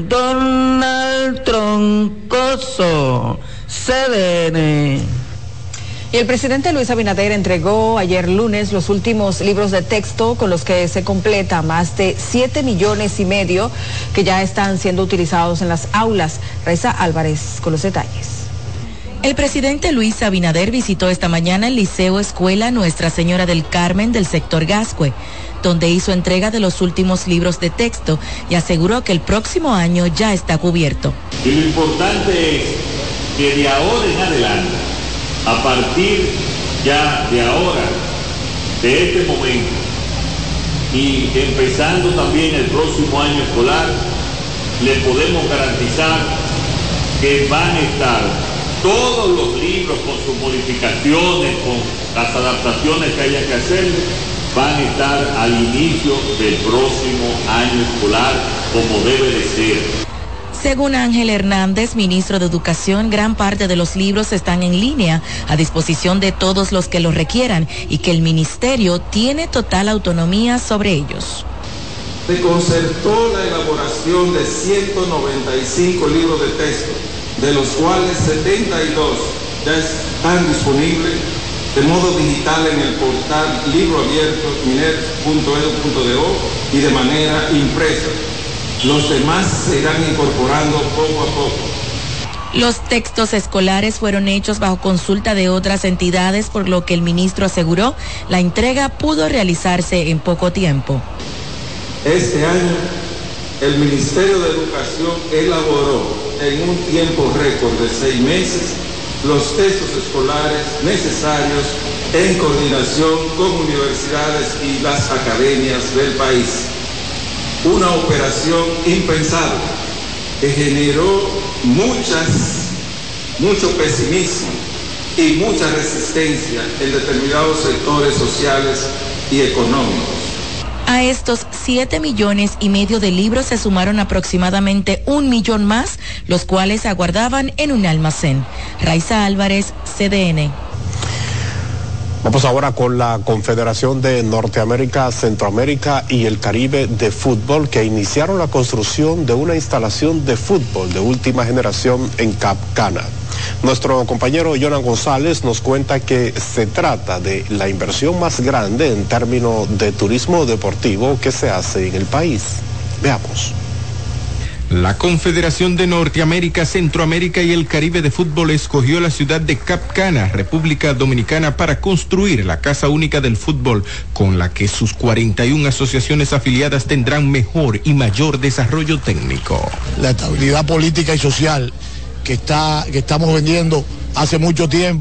[SPEAKER 1] Donald Troncoso, CDN.
[SPEAKER 13] Y el presidente Luis Abinader entregó ayer lunes los últimos libros de texto con los que se completa más de 7,5 millones que ya están siendo utilizados en las aulas. Raiza Álvarez con los detalles.
[SPEAKER 2] El presidente Luis Abinader visitó esta mañana el Liceo Escuela Nuestra Señora del Carmen del sector Gascue, donde hizo entrega de los últimos libros de texto y aseguró que el próximo año ya está cubierto.
[SPEAKER 3] Y lo importante es que de ahora en adelante, a partir ya de ahora, de este momento, y empezando también el próximo año escolar, le podemos garantizar que van a estar todos los libros con sus modificaciones, con las adaptaciones que haya que hacer, van a estar al inicio del próximo año escolar como debe de ser.
[SPEAKER 2] Según Ángel Hernández, ministro de Educación, gran parte de los libros están en línea a disposición de todos los que los requieran y que el ministerio tiene total autonomía sobre ellos.
[SPEAKER 4] Se concertó la elaboración de 195 libros de texto, de los cuales 72 ya están disponibles de modo digital en el portal Libro Abierto, miner.edu.do y de manera impresa. Los demás se irán incorporando poco a poco.
[SPEAKER 2] Los textos escolares fueron hechos bajo consulta de otras entidades, por lo que el ministro aseguró la entrega pudo realizarse en poco tiempo.
[SPEAKER 4] Este año, el Ministerio de Educación elaboró en un tiempo récord de 6 meses los textos escolares necesarios en coordinación con universidades y las academias del país. Una operación impensable que generó mucho pesimismo y mucha resistencia en determinados sectores sociales y económicos.
[SPEAKER 2] A estos 7,5 millones de libros se sumaron aproximadamente 1 millón más, los cuales aguardaban en un almacén. Raiza Álvarez, CDN.
[SPEAKER 12] Vamos ahora con la Confederación de Norteamérica, Centroamérica y el Caribe de Fútbol, que iniciaron la construcción de una instalación de fútbol de última generación en Cap Cana. Nuestro compañero Jonan González nos cuenta que se trata de la inversión más grande en términos de turismo deportivo que se hace en el país. Veamos.
[SPEAKER 6] La Confederación de Norteamérica, Centroamérica y el Caribe de Fútbol escogió la ciudad de Cap Cana, República Dominicana, para construir la Casa Única del Fútbol, con la que sus 41 asociaciones afiliadas tendrán mejor y mayor desarrollo técnico.
[SPEAKER 25] La estabilidad política y social que estamos vendiendo hace mucho tiempo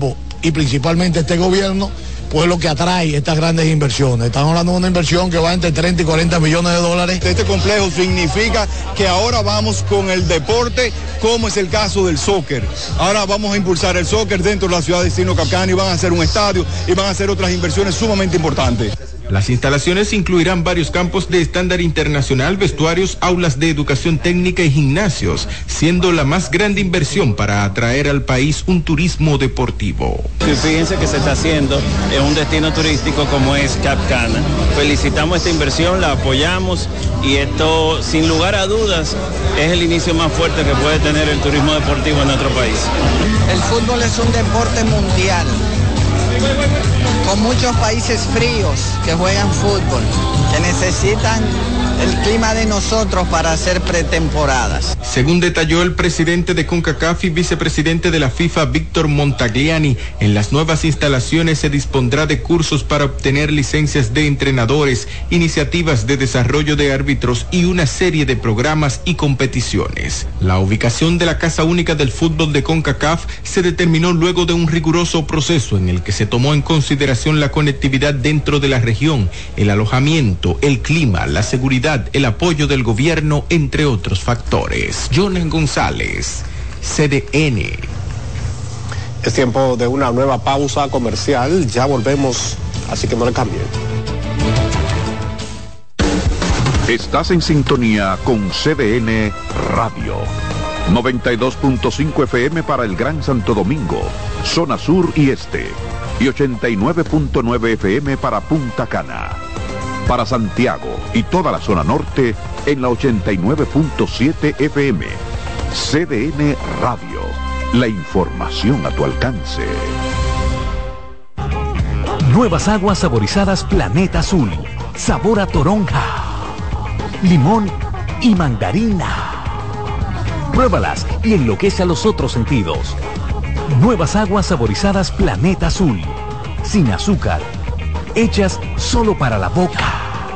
[SPEAKER 25] y principalmente este gobierno, pues lo que atrae estas grandes inversiones. Estamos hablando de una inversión que va entre 30 y 40 millones de dólares.
[SPEAKER 7] Este complejo significa que ahora vamos con el deporte, como es el caso del soccer. Ahora vamos a impulsar el soccer dentro de la ciudad de Destino Capcana y van a hacer un estadio y van a hacer otras inversiones sumamente importantes.
[SPEAKER 6] Las instalaciones incluirán varios campos de estándar internacional, vestuarios, aulas de educación técnica y gimnasios, siendo la más grande inversión para atraer al país un turismo deportivo.
[SPEAKER 8] Fíjense que se está haciendo en un destino turístico como es Capcana. Felicitamos esta inversión, la apoyamos y esto, sin lugar a dudas, es el inicio más fuerte que puede tener el turismo deportivo en nuestro país.
[SPEAKER 9] El fútbol es un deporte mundial, con muchos países fríos que juegan fútbol, que necesitan el clima de nosotros para hacer pretemporadas.
[SPEAKER 6] Según detalló el presidente de CONCACAF y vicepresidente de la FIFA, Víctor Montagliani, en las nuevas instalaciones se dispondrá de cursos para obtener licencias de entrenadores, iniciativas de desarrollo de árbitros y una serie de programas y competiciones. La ubicación de la Casa Única del Fútbol de CONCACAF se determinó luego de un riguroso proceso en el que se tomó en consideración la conectividad dentro de la región, el alojamiento, el clima, la seguridad, el apoyo del gobierno, entre otros factores. Jonan González, CDN.
[SPEAKER 12] Es tiempo de una nueva pausa comercial, ya volvemos, así que no le cambien.
[SPEAKER 5] Estás en sintonía con CDN Radio. 92.5 FM para el Gran Santo Domingo, zona sur y este, y 89.9 FM para Punta Cana. Para Santiago y toda la zona norte en la 89.7 FM. CDN Radio. La información a tu alcance.
[SPEAKER 10] Nuevas aguas saborizadas Planeta Azul. Sabor a toronja, limón y mandarina. Pruébalas y enloquece a los otros sentidos. Nuevas aguas saborizadas Planeta Azul. Sin azúcar. Hechas solo para la boca.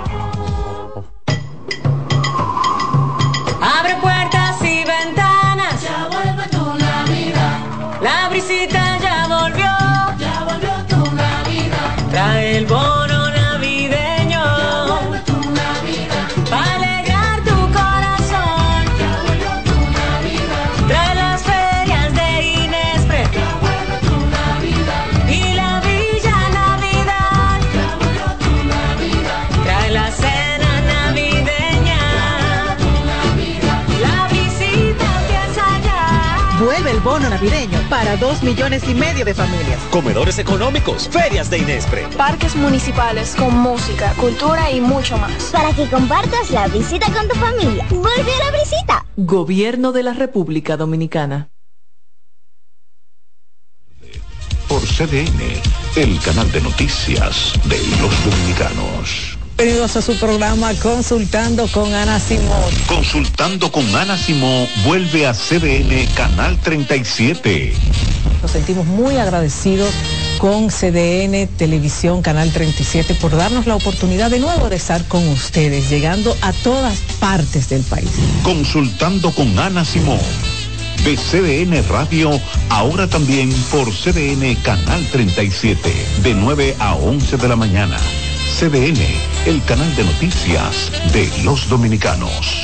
[SPEAKER 11] Abre puertas y ventanas. Ya vuelve tu Navidad. La brisita ya volvió. Ya volvió tu Navidad. Trae el bono navideño. Ya vuelve tu Navidad. Para alegrar tu corazón. Ya volvió tu Navidad. Trae las ferias de Inespre. Ya vuelve tu Navidad. Y la Villa Navidad. Ya volvió tu Navidad. Trae la cena navideña. La visita empieza ya.
[SPEAKER 15] Vuelve el bono navideño para 2,5 millones de familias.
[SPEAKER 23] Comedores económicos, ferias de Inespre.
[SPEAKER 28] Parques municipales con música, cultura y mucho más.
[SPEAKER 24] Para que compartas la visita con tu familia. ¡Vuelve a la visita!
[SPEAKER 2] Gobierno de la República Dominicana.
[SPEAKER 5] Por CDN, el canal de noticias de los dominicanos.
[SPEAKER 15] Bienvenidos a su programa Consultando con Ana Simón.
[SPEAKER 5] Consultando con Ana Simón vuelve a CDN Canal 37.
[SPEAKER 15] Nos sentimos muy agradecidos con CDN Televisión Canal 37 por darnos la oportunidad de nuevo de estar con ustedes, llegando a todas partes del país.
[SPEAKER 5] Consultando con Ana Simón. De CDN Radio, ahora también por CDN Canal 37, de 9 a 11 de la mañana. CDN, el canal de noticias de los dominicanos.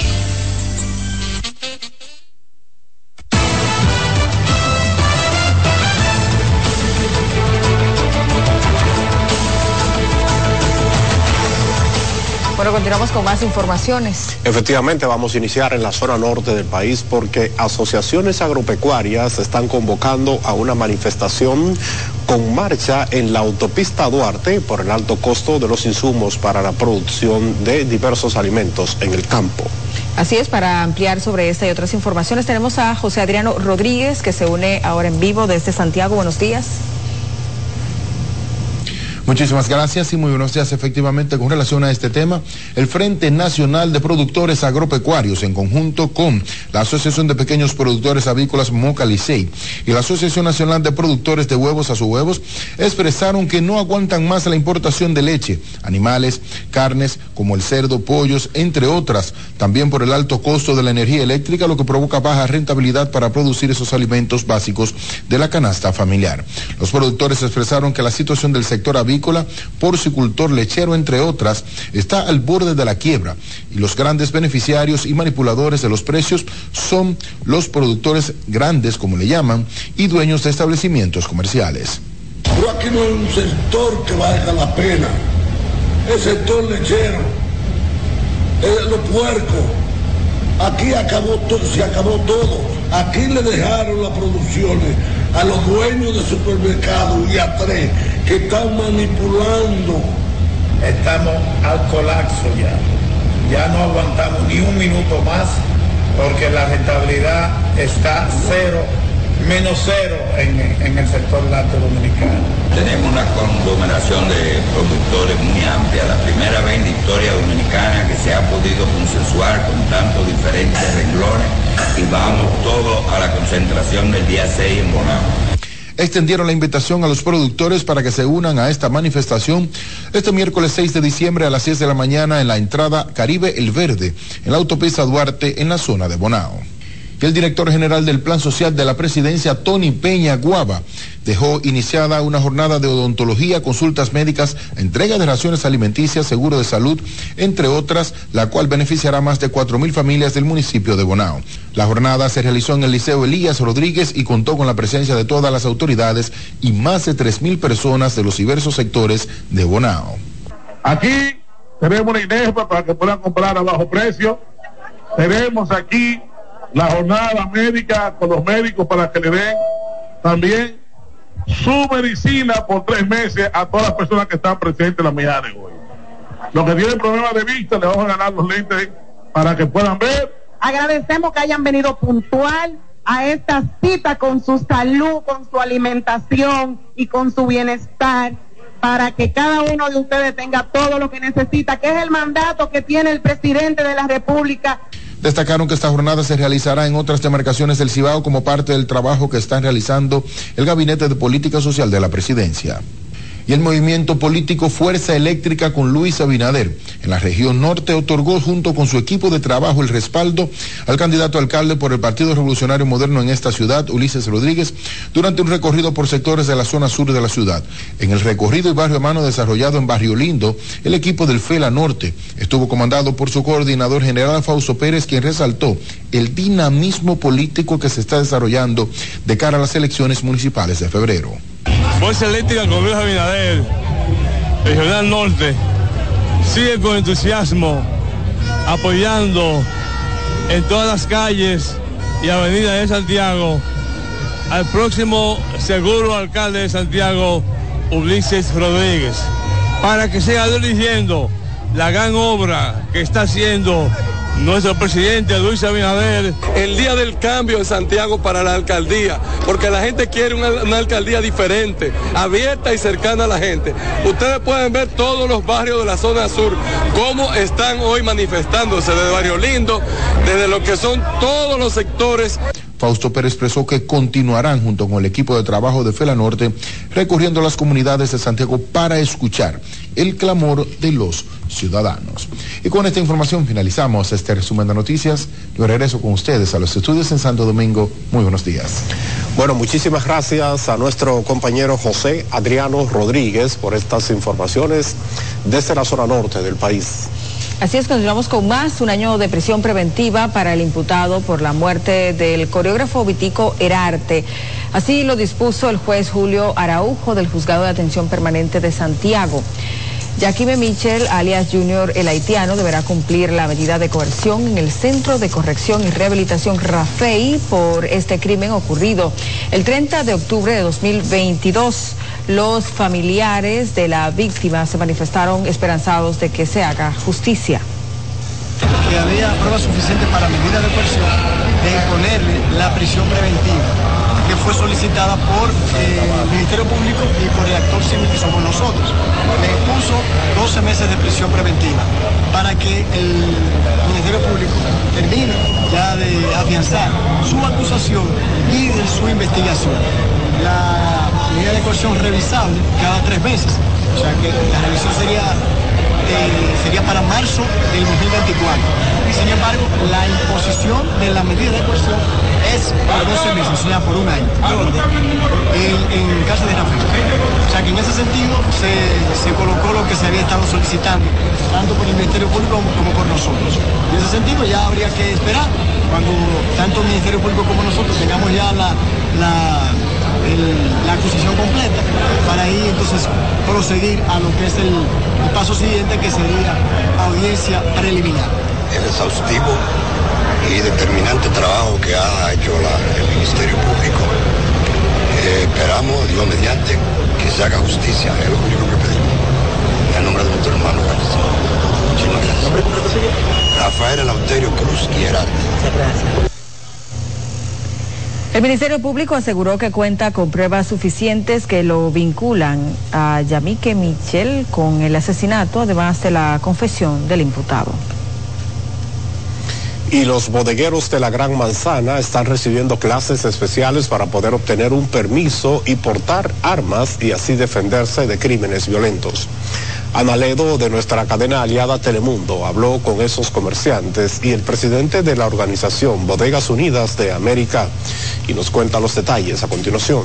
[SPEAKER 13] Bueno, continuamos con más informaciones.
[SPEAKER 12] Efectivamente, vamos a iniciar en la zona norte del país porque asociaciones agropecuarias están convocando a una manifestación con marcha en la autopista Duarte por el alto costo de los insumos para la producción de diversos alimentos en el campo.
[SPEAKER 13] Así es, para ampliar sobre esta y otras informaciones tenemos a José Adriano Rodríguez, que se une ahora en vivo desde Santiago. Buenos días.
[SPEAKER 14] Muchísimas gracias y muy buenos días. Efectivamente, con relación a este tema, el Frente Nacional de Productores Agropecuarios, en conjunto con la Asociación de Pequeños Productores Avícolas Moca Licey y la Asociación Nacional de Productores de Huevos a sus Huevos, expresaron que no aguantan más la importación de leche, animales, carnes como el cerdo, pollos, entre otras, también por el alto costo de la energía eléctrica, lo que provoca baja rentabilidad para producir esos alimentos básicos de la canasta familiar. Los productores expresaron que la situación del sector avícola, porcicultor, lechero, entre otras, está al borde de la quiebra y los grandes beneficiarios y manipuladores de los precios son los productores grandes, como le llaman, y dueños de establecimientos comerciales.
[SPEAKER 16] Pero aquí no hay un sector que valga la pena. El sector lechero, los puercos, aquí se acabó todo. Aquí le dejaron las producciones a los dueños de supermercados y a tres que están manipulando.
[SPEAKER 17] Estamos al colapso ya. Ya no aguantamos ni un minuto más porque la rentabilidad está menos cero en el sector lácteo dominicano.
[SPEAKER 19] Tenemos una conglomeración de productores muy amplia, la primera vez en la historia dominicana que se ha podido consensuar con tantos diferentes renglones y vamos todos a la concentración del día 6 en Bonao.
[SPEAKER 14] Extendieron la invitación a los productores para que se unan a esta manifestación este miércoles 6 de diciembre a las 10 de la mañana en la entrada Caribe El Verde, en la autopista Duarte, en la zona de Bonao. Y el director general del Plan Social de la Presidencia, Tony Peña Guava, dejó iniciada una jornada de odontología, consultas médicas, entrega de raciones alimenticias, seguro de salud, entre otras, la cual beneficiará a más de 4.000 familias del municipio de Bonao. La jornada se realizó en el Liceo Elías Rodríguez y contó con la presencia de todas las autoridades y más de 3.000 personas de los diversos sectores de Bonao.
[SPEAKER 20] Aquí tenemos una INESPA para que puedan comprar a bajo precio. Tenemos aquí la jornada médica con los médicos para que le den también su medicina por 3 meses a todas las personas que están presentes en la Mijares hoy. Los que tienen problemas de vista, le vamos a ganar los lentes para que puedan ver.
[SPEAKER 21] Agradecemos que hayan venido puntual a esta cita con su salud, con su alimentación y con su bienestar, para que cada uno de ustedes tenga todo lo que necesita, que es el mandato que tiene el presidente de la República.
[SPEAKER 14] Destacaron que esta jornada se realizará en otras demarcaciones del Cibao como parte del trabajo que están realizando el Gabinete de Política Social de la Presidencia. Y el movimiento político Fuerza Eléctrica con Luis Abinader en la región norte otorgó junto con su equipo de trabajo el respaldo al candidato a alcalde por el Partido Revolucionario Moderno en esta ciudad, Ulises Rodríguez, durante un recorrido por sectores de la zona sur de la ciudad. En el recorrido y barrio a mano desarrollado en Barrio Lindo, el equipo del FELA Norte estuvo comandado por su coordinador general Fausto Pérez, quien resaltó el dinamismo político que se está desarrollando de cara a las elecciones municipales de febrero.
[SPEAKER 26] Fuerza Eléctrica con Luis Abinader, Regional Norte, sigue con entusiasmo apoyando en todas las calles y avenidas de Santiago al próximo seguro alcalde de Santiago, Ulises Rodríguez, para que siga dirigiendo la gran obra que está haciendo nuestro presidente Luis Abinader.
[SPEAKER 27] El día del cambio en Santiago para la alcaldía, porque la gente quiere una alcaldía diferente, abierta y cercana a la gente. Ustedes pueden ver todos los barrios de la zona sur, cómo están hoy manifestándose desde Barrio Lindo, desde lo que son todos los sectores.
[SPEAKER 14] Fausto Pérez expresó que continuarán junto con el equipo de trabajo de FELA Norte recorriendo las comunidades de Santiago para escuchar el clamor de los ciudadanos. Y con esta información finalizamos este resumen de noticias. Yo regreso con ustedes a los estudios en Santo Domingo. Muy buenos días.
[SPEAKER 12] Bueno, muchísimas gracias a nuestro compañero José Adriano Rodríguez por estas informaciones desde la zona norte del país.
[SPEAKER 13] Así es, continuamos con más. Un año de prisión preventiva para el imputado por la muerte del coreógrafo Vitico Herarte. Así lo dispuso el juez Julio Araujo del Juzgado de Atención Permanente de Santiago. Jaquime Michel, alias Junior el Haitiano, deberá cumplir la medida de coerción en el Centro de Corrección y Rehabilitación RAFEI por este crimen ocurrido el 30 de octubre de 2022. Los familiares de la víctima se manifestaron esperanzados de que se haga justicia.
[SPEAKER 29] Que había prueba suficiente para medida de coerción de imponerle la prisión preventiva, que
[SPEAKER 1] que fue solicitada por el Ministerio Público y por el actor civil que somos nosotros. Le impuso 12 meses de prisión preventiva para que el Ministerio Público termine ya de afianzar su acusación y de su investigación. La medida de coerción revisable cada 3 meses, o sea que la revisión sería para marzo del 2024. Sin embargo, la imposición de la medida de coerción es por 12 meses, o sea, por un año, en caso de Rafael. O sea que en ese sentido se colocó lo que se había estado solicitando, tanto por el Ministerio Público como por nosotros. En ese sentido ya habría que esperar, cuando tanto el Ministerio Público como nosotros tengamos ya la acusación completa, para ahí entonces proseguir a lo que es el paso siguiente, que sería audiencia preliminar.
[SPEAKER 3] El exhaustivo y determinante trabajo que ha hecho el Ministerio Público. Esperamos, Dios mediante, que se haga justicia, es lo único que pedimos. En nombre de nuestro hermano García. Muchísimas gracias. Rafael Eleuterio Cruz y Heraldo. Muchas gracias.
[SPEAKER 13] El Ministerio Público aseguró que cuenta con pruebas suficientes que lo vinculan a Yamique Michel con el asesinato, además de la confesión del imputado.
[SPEAKER 12] Y los bodegueros de la Gran Manzana están recibiendo clases especiales para poder obtener un permiso y portar armas y así defenderse de crímenes violentos. Ana Ledo, de nuestra cadena aliada Telemundo, habló con esos comerciantes y el presidente de la organización Bodegas Unidas de América y nos cuenta los detalles a continuación.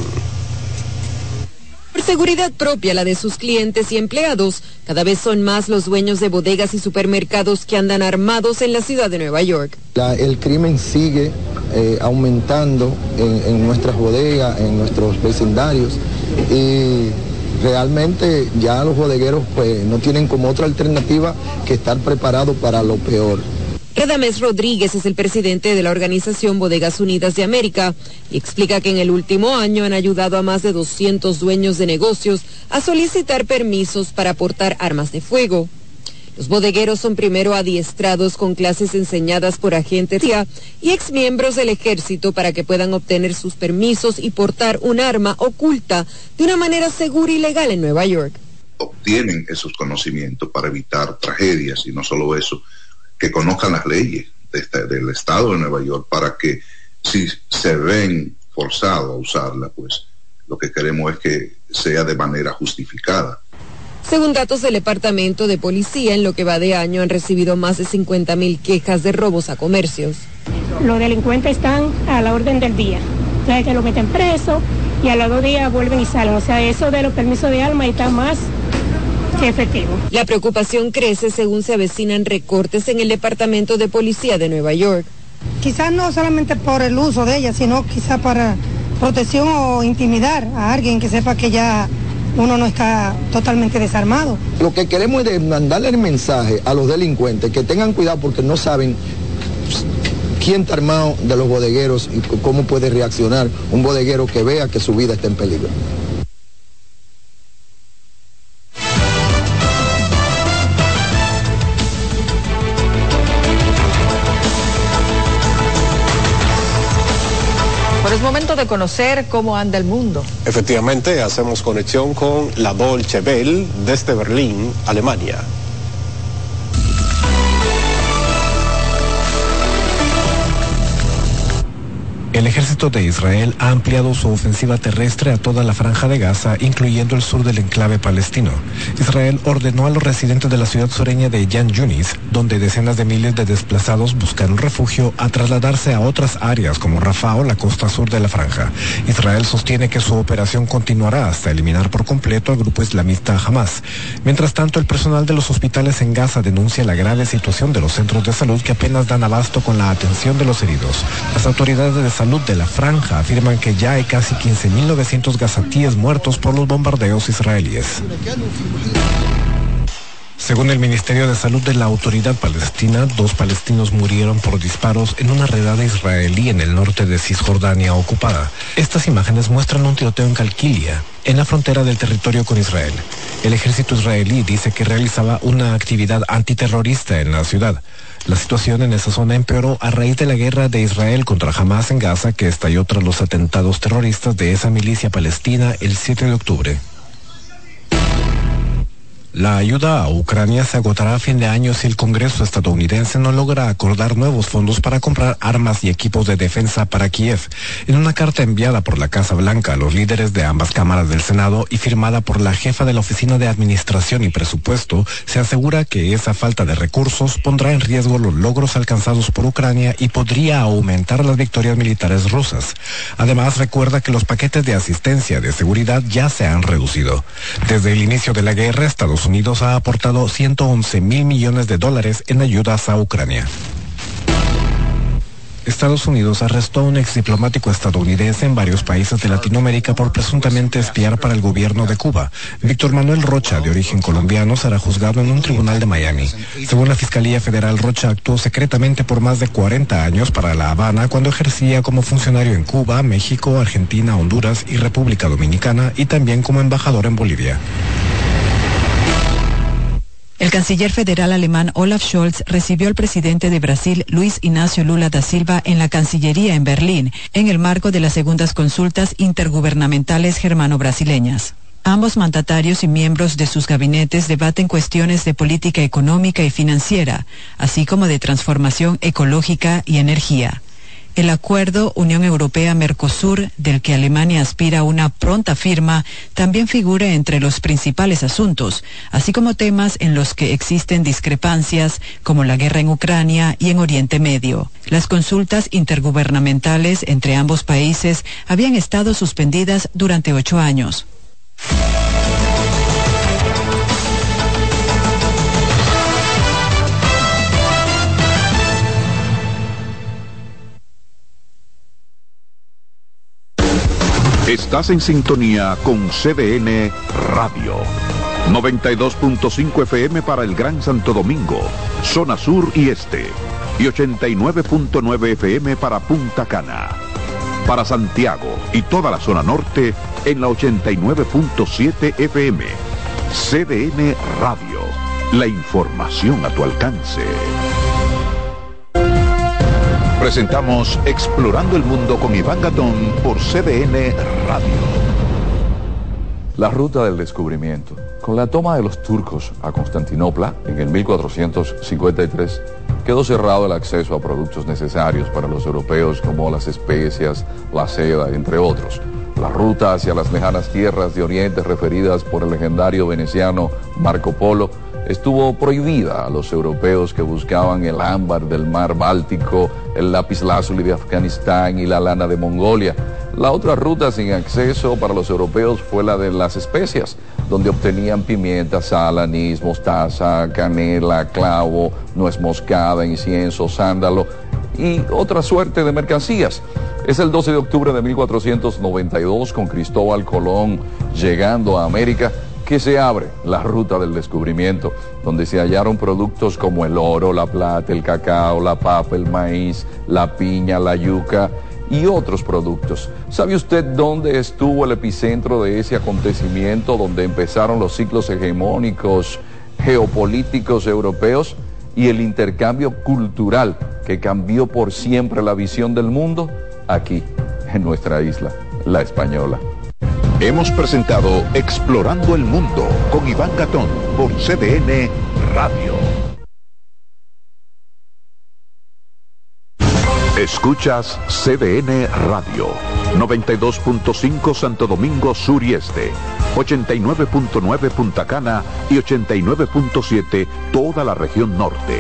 [SPEAKER 4] Por seguridad propia, la de sus clientes y empleados, cada vez son más los dueños de bodegas y supermercados que andan armados en la ciudad de Nueva York.
[SPEAKER 7] El crimen sigue aumentando en nuestras bodegas, en nuestros vecindarios, y realmente ya los bodegueros pues no tienen como otra alternativa que estar preparados para lo peor.
[SPEAKER 4] Radamés Rodríguez es el presidente de la organización Bodegas Unidas de América y explica que en el último año han ayudado a más de 200 dueños de negocios a solicitar permisos para portar armas de fuego. Los bodegueros son primero adiestrados con clases enseñadas por agentes y exmiembros del ejército para que puedan obtener sus permisos y portar un arma oculta de una manera segura y legal en Nueva York.
[SPEAKER 8] Obtienen esos conocimientos para evitar tragedias y no solo eso, que conozcan las leyes del estado de Nueva York para que si se ven forzados a usarla, pues lo que queremos es que sea de manera justificada.
[SPEAKER 4] Según datos del Departamento de Policía, en lo que va de año han recibido más de 50,000 quejas de robos a comercios.
[SPEAKER 18] Los delincuentes están a la orden del día, o sea, que lo meten preso y a los 2 días vuelven y salen. O sea, eso de los permisos de armas está más que efectivo.
[SPEAKER 4] La preocupación crece según se avecinan recortes en el Departamento de Policía de Nueva York.
[SPEAKER 22] Quizás no solamente por el uso de ella, sino quizás para protección o intimidar a alguien que sepa que ya uno no está totalmente desarmado.
[SPEAKER 7] Lo que queremos es mandarle el mensaje a los delincuentes que tengan cuidado porque no saben quién está armado de los bodegueros y cómo puede reaccionar un bodeguero que vea que su vida está en peligro.
[SPEAKER 13] Es momento de conocer cómo anda el mundo.
[SPEAKER 12] Efectivamente, hacemos conexión con la Deutsche Welle desde Berlín, Alemania.
[SPEAKER 25] El ejército de Israel ha ampliado su ofensiva terrestre a toda la franja de Gaza, incluyendo el sur del enclave palestino. Israel ordenó a los residentes de la ciudad sureña de Yan Yunis, donde decenas de miles de desplazados buscaron refugio, a trasladarse a otras áreas como Rafah o la costa sur de la franja. Israel sostiene que su operación continuará hasta eliminar por completo al grupo islamista Hamas. Mientras tanto, el personal de los hospitales en Gaza denuncia la grave situación de los centros de salud que apenas dan abasto con la atención de los heridos. Las autoridades de salud de la franja afirman que ya hay casi 15.900 gazatíes muertos por los bombardeos israelíes. Según el Ministerio de Salud de la Autoridad Palestina, 2 palestinos murieron por disparos en una redada israelí en el norte de Cisjordania ocupada. Estas imágenes muestran un tiroteo en Calquilia, en la frontera del territorio con Israel. El ejército israelí dice que realizaba una actividad antiterrorista en la ciudad. La situación en esa zona empeoró a raíz de la guerra de Israel contra Hamas en Gaza, que estalló tras los atentados terroristas de esa milicia palestina el 7 de octubre. La ayuda a Ucrania se agotará a fin de año si el Congreso estadounidense no logra acordar nuevos fondos para comprar armas y equipos de defensa para Kiev. En una carta enviada por la Casa Blanca a los líderes de ambas cámaras del Senado y firmada por la jefa de la Oficina de Administración y Presupuesto, se asegura que esa falta de recursos pondrá en riesgo los logros alcanzados por Ucrania y podría aumentar las victorias militares rusas. Además, recuerda que los paquetes de asistencia de seguridad ya se han reducido. Desde el inicio de la guerra, Estados Unidos ha aportado $111 mil millones en ayudas a Ucrania. Estados Unidos arrestó a un exdiplomático estadounidense en varios países de Latinoamérica por presuntamente espiar para el gobierno de Cuba. Víctor Manuel Rocha, de origen colombiano, será juzgado en un tribunal de Miami. Según la Fiscalía Federal, Rocha actuó secretamente por más de 40 años para La Habana cuando ejercía como funcionario en Cuba, México, Argentina, Honduras y República Dominicana, y también como embajador en Bolivia.
[SPEAKER 2] El canciller federal alemán Olaf Scholz recibió al presidente de Brasil, Luis Inácio Lula da Silva, en la Cancillería en Berlín, en el marco de las segundas consultas intergubernamentales germano-brasileñas. Ambos mandatarios y miembros de sus gabinetes debaten cuestiones de política económica y financiera, así como de transformación ecológica y energía. El acuerdo Unión Europea-Mercosur, del que Alemania aspira a una pronta firma, también figura entre los principales asuntos, así como temas en los que existen discrepancias, como la guerra en Ucrania y en Oriente Medio. Las consultas intergubernamentales entre ambos países habían estado suspendidas durante 8 años.
[SPEAKER 5] Estás en sintonía con CDN Radio. 92.5 FM para el Gran Santo Domingo, zona sur y este. Y 89.9 FM para Punta Cana. Para Santiago y toda la zona norte en la 89.7 FM. CDN Radio. La información a tu alcance. Presentamos Explorando el Mundo con Iván Gatón por CDN Radio.
[SPEAKER 6] La ruta del descubrimiento. Con la toma de los turcos a Constantinopla en el 1453, quedó cerrado el acceso a productos necesarios para los europeos como las especias, la seda, entre otros. La ruta hacia las lejanas tierras de Oriente referidas por el legendario veneciano Marco Polo estuvo prohibida a los europeos que buscaban el ámbar del mar Báltico, el lapislázuli de Afganistán y la lana de Mongolia. La otra ruta sin acceso para los europeos fue la de las especias, donde obtenían pimienta, sal, anís, mostaza, canela, clavo, nuez moscada, incienso, sándalo y otra suerte de mercancías. Es el 12 de octubre de 1492, con Cristóbal Colón llegando a América, que se abre la ruta del descubrimiento, donde se hallaron productos como el oro, la plata, el cacao, la papa, el maíz, la piña, la yuca y otros productos. ¿Sabe usted dónde estuvo el epicentro de ese acontecimiento, donde empezaron los ciclos hegemónicos geopolíticos europeos y el intercambio cultural que cambió por siempre la visión del mundo? Aquí, en nuestra isla, La Española.
[SPEAKER 5] Hemos presentado Explorando el Mundo con Iván Gatón por CDN Radio. Escuchas CDN Radio, 92.5 Santo Domingo Sur y Este, 89.9 Punta Cana y 89.7 toda la región norte.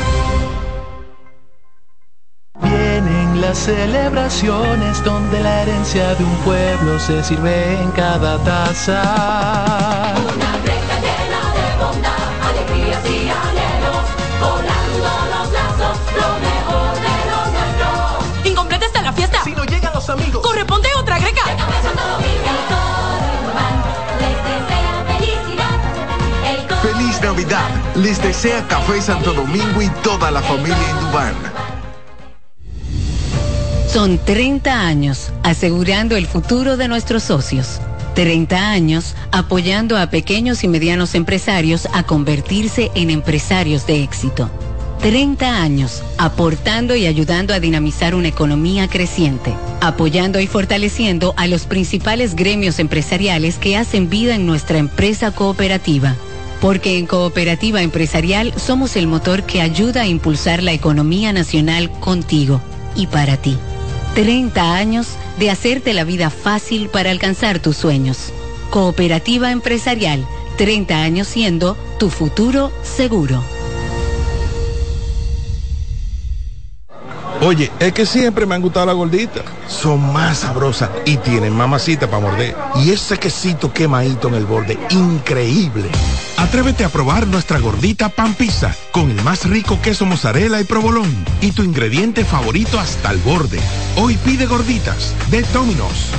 [SPEAKER 9] Vienen las celebraciones donde la herencia de un pueblo se sirve en cada taza.
[SPEAKER 10] Una recta llena de bondad, alegrías y anhelos, volando los lazos, lo mejor de lo nuestro.
[SPEAKER 11] Incompleta está la fiesta.
[SPEAKER 9] Si no llegan los amigos,
[SPEAKER 11] corresponde otra greca.
[SPEAKER 9] Feliz Navidad. Les desea Café Santo Domingo y toda la familia Indubán.
[SPEAKER 23] Son 30 años asegurando el futuro de nuestros socios. 30 años apoyando a pequeños y medianos empresarios a convertirse en empresarios de éxito. 30 años, aportando y ayudando a dinamizar una economía creciente, apoyando y fortaleciendo a los principales gremios empresariales que hacen vida en nuestra empresa cooperativa. Porque en Cooperativa Empresarial somos el motor que ayuda a impulsar la economía nacional contigo y para ti. 30 años de hacerte la vida fácil para alcanzar tus sueños. Cooperativa Empresarial, 30 años siendo tu futuro seguro.
[SPEAKER 11] Oye, es que siempre me han gustado las gorditas. Son más sabrosas y tienen mamacita para morder. Y ese quesito quemadito en el borde, increíble.
[SPEAKER 15] Atrévete a probar nuestra gordita pan pizza con el más rico queso mozzarella y provolón y tu ingrediente favorito hasta el borde. Hoy pide gorditas de Domino's.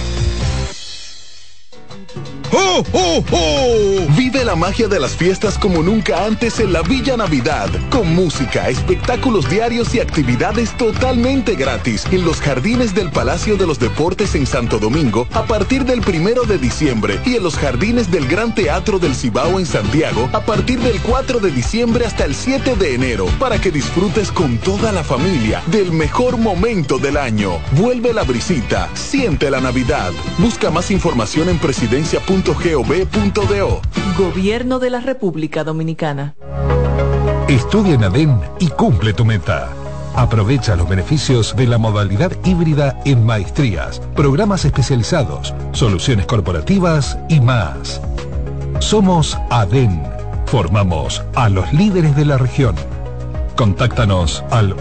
[SPEAKER 16] ¡Oh, oh, oh! Vive la magia de las fiestas como nunca antes en la Villa Navidad, con música, espectáculos diarios y actividades totalmente gratis en los jardines del Palacio de los Deportes en Santo Domingo a partir del 1 de diciembre y en los jardines del Gran Teatro del Cibao en Santiago a partir del 4 de diciembre hasta el 7 de enero, para que disfrutes con toda la familia del mejor momento del año. Vuelve la brisita, siente la Navidad. Busca más información en presidencia.gov.do.
[SPEAKER 17] Gobierno de la República Dominicana.
[SPEAKER 19] Estudia en ADEN y cumple tu meta. Aprovecha los beneficios de la modalidad híbrida en maestrías, programas especializados, soluciones corporativas y más. Somos ADEN. Formamos a los líderes de la región. Contáctanos al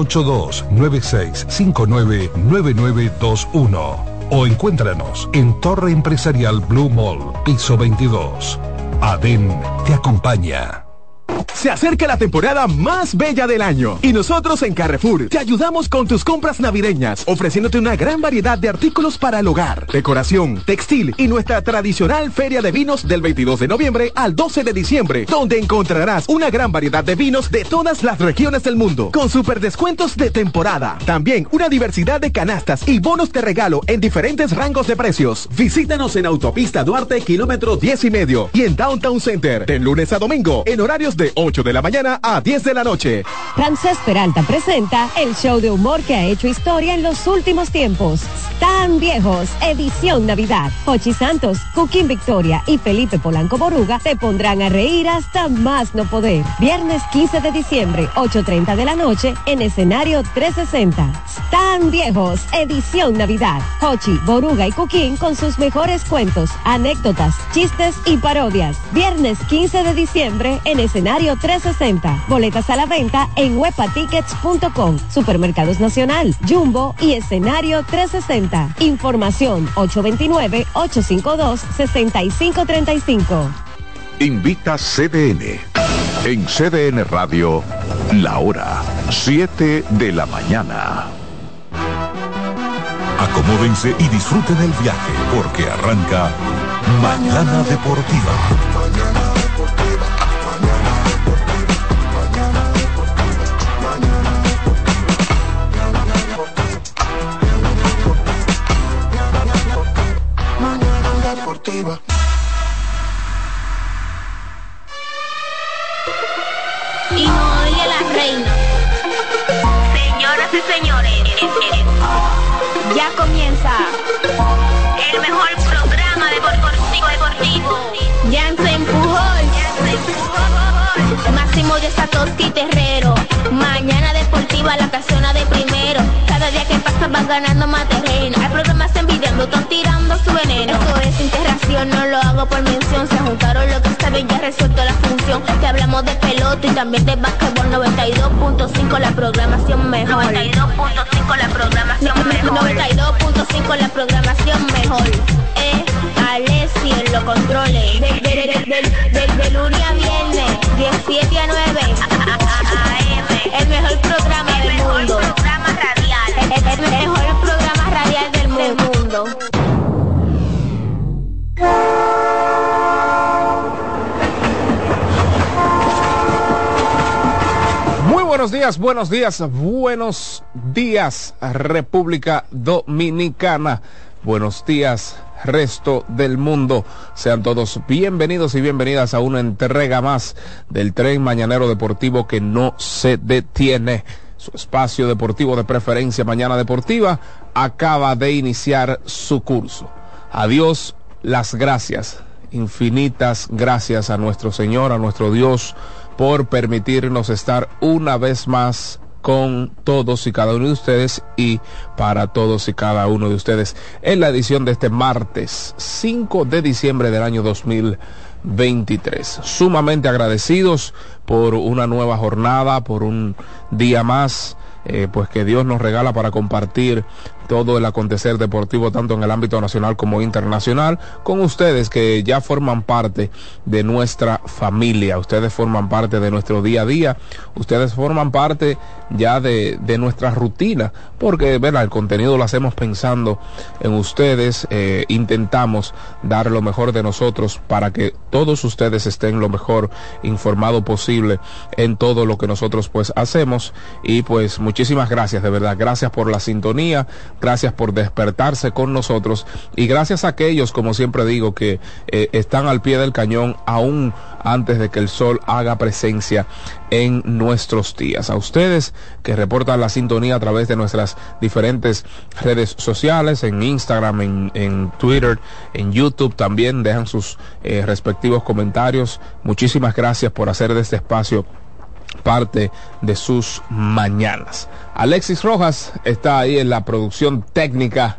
[SPEAKER 19] 182-9659-9921 o encuéntranos en Torre Empresarial Blue Mall, piso 22. ADEN te acompaña.
[SPEAKER 20] Se acerca la temporada más bella del año y nosotros en Carrefour te ayudamos con tus compras navideñas, ofreciéndote una gran variedad de artículos para el hogar, decoración, textil y nuestra tradicional feria de vinos del 22 de noviembre al 12 de diciembre, donde encontrarás una gran variedad de vinos de todas las regiones del mundo, con super descuentos de temporada. También una diversidad de canastas y bonos de regalo en diferentes rangos de precios. Visítanos en Autopista Duarte, kilómetro 10.5 y en Downtown Center, de lunes a domingo, en horarios de 8 de la mañana a 10 de la noche.
[SPEAKER 24] Ramsés Peralta presenta el show de humor que ha hecho historia en los últimos tiempos. Están viejos, edición Navidad. Jochi Santos, Cooking Victoria y Felipe Polanco Boruga te pondrán a reír hasta más no poder. Viernes 15 de diciembre, 8:30 de la noche, en escenario 360. Están viejos, edición Navidad. Jochi, Boruga y Cooking con sus mejores cuentos, anécdotas, chistes y parodias. Viernes 15 de diciembre, en escenario 360. Boletas a la venta en webatickets.com, Supermercados Nacional, Jumbo y Escenario 360. Información 829-852-6535.
[SPEAKER 5] Invita CDN. En CDN Radio, la hora 7 de la mañana.
[SPEAKER 28] Acomódense y disfruten el viaje porque arranca Mañana Deportiva.
[SPEAKER 29] Y no oye la reina. Señoras y señores, ya comienza el mejor programa deportivo. Jansen Pujol, Máximo de Satoshi Terrero. Mañana Deportiva, la casona de primero. Cada día que pasa van ganando más terreno. Hay programas envidiando, están tirando su veneno. Esto es interacción, no lo hago por mención. Se juntaron lo que saben, ya resuelto la función. Te hablamos de pelota y también de básquetbol. 92.5 la programación mejor. 92.5 la programación mejor. 92.5 la programación mejor. Alessi en los controles. De lunes a viernes, 17 a 9 AM. El mejor programa del mundo. Programa radial. El mejor programa radial del mundo.
[SPEAKER 30] Muy buenos días, República Dominicana.
[SPEAKER 1] buenos días, resto del mundo. Sean todos bienvenidos y bienvenidas a una entrega más del Tren Mañanero Deportivo que no se detiene. Su espacio deportivo de preferencia, Mañana Deportiva, acaba de iniciar su curso. A Dios las gracias, infinitas gracias a nuestro Señor, a nuestro Dios, por permitirnos estar una vez más con todos y cada uno de ustedes y para todos y cada uno de ustedes en la edición de este martes 5 de diciembre del año 2023. Sumamente agradecidos por una nueva jornada, por un día más, pues que Dios nos regala para compartir todo el acontecer deportivo tanto en el ámbito nacional como internacional con ustedes que ya forman parte de nuestra familia, ustedes forman parte de nuestro día a día, ustedes forman parte ya de nuestra rutina, porque el contenido lo hacemos pensando en ustedes, intentamos dar lo mejor de nosotros para que todos ustedes estén lo mejor informado posible en todo lo que nosotros pues hacemos. Y pues muchísimas gracias, de verdad, gracias por la sintonía, gracias por despertarse con nosotros y gracias a aquellos, como siempre digo, que están al pie del cañón aún antes de que el sol haga presencia en nuestros días. A ustedes que reportan la sintonía a través de nuestras diferentes redes sociales, en Instagram, en Twitter, en YouTube también, dejan sus respectivos comentarios. Muchísimas gracias por hacer de este espacio parte de sus mañanas. Alexis Rojas está ahí en la producción técnica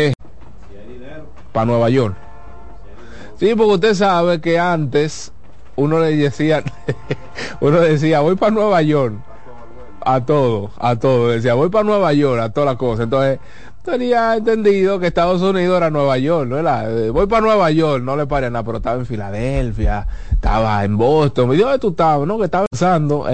[SPEAKER 1] para Nueva York. Sí, porque usted sabe que antes uno decía voy para Nueva York a todo, decía voy para Nueva York a toda la cosa. Entonces tenía entendido que Estados Unidos era Nueva York, ¿no? Voy para Nueva York, no le paré nada, pero estaba en Filadelfia, estaba en Boston. Me dijo, ¿dónde tú estabas? No, que estaba pensando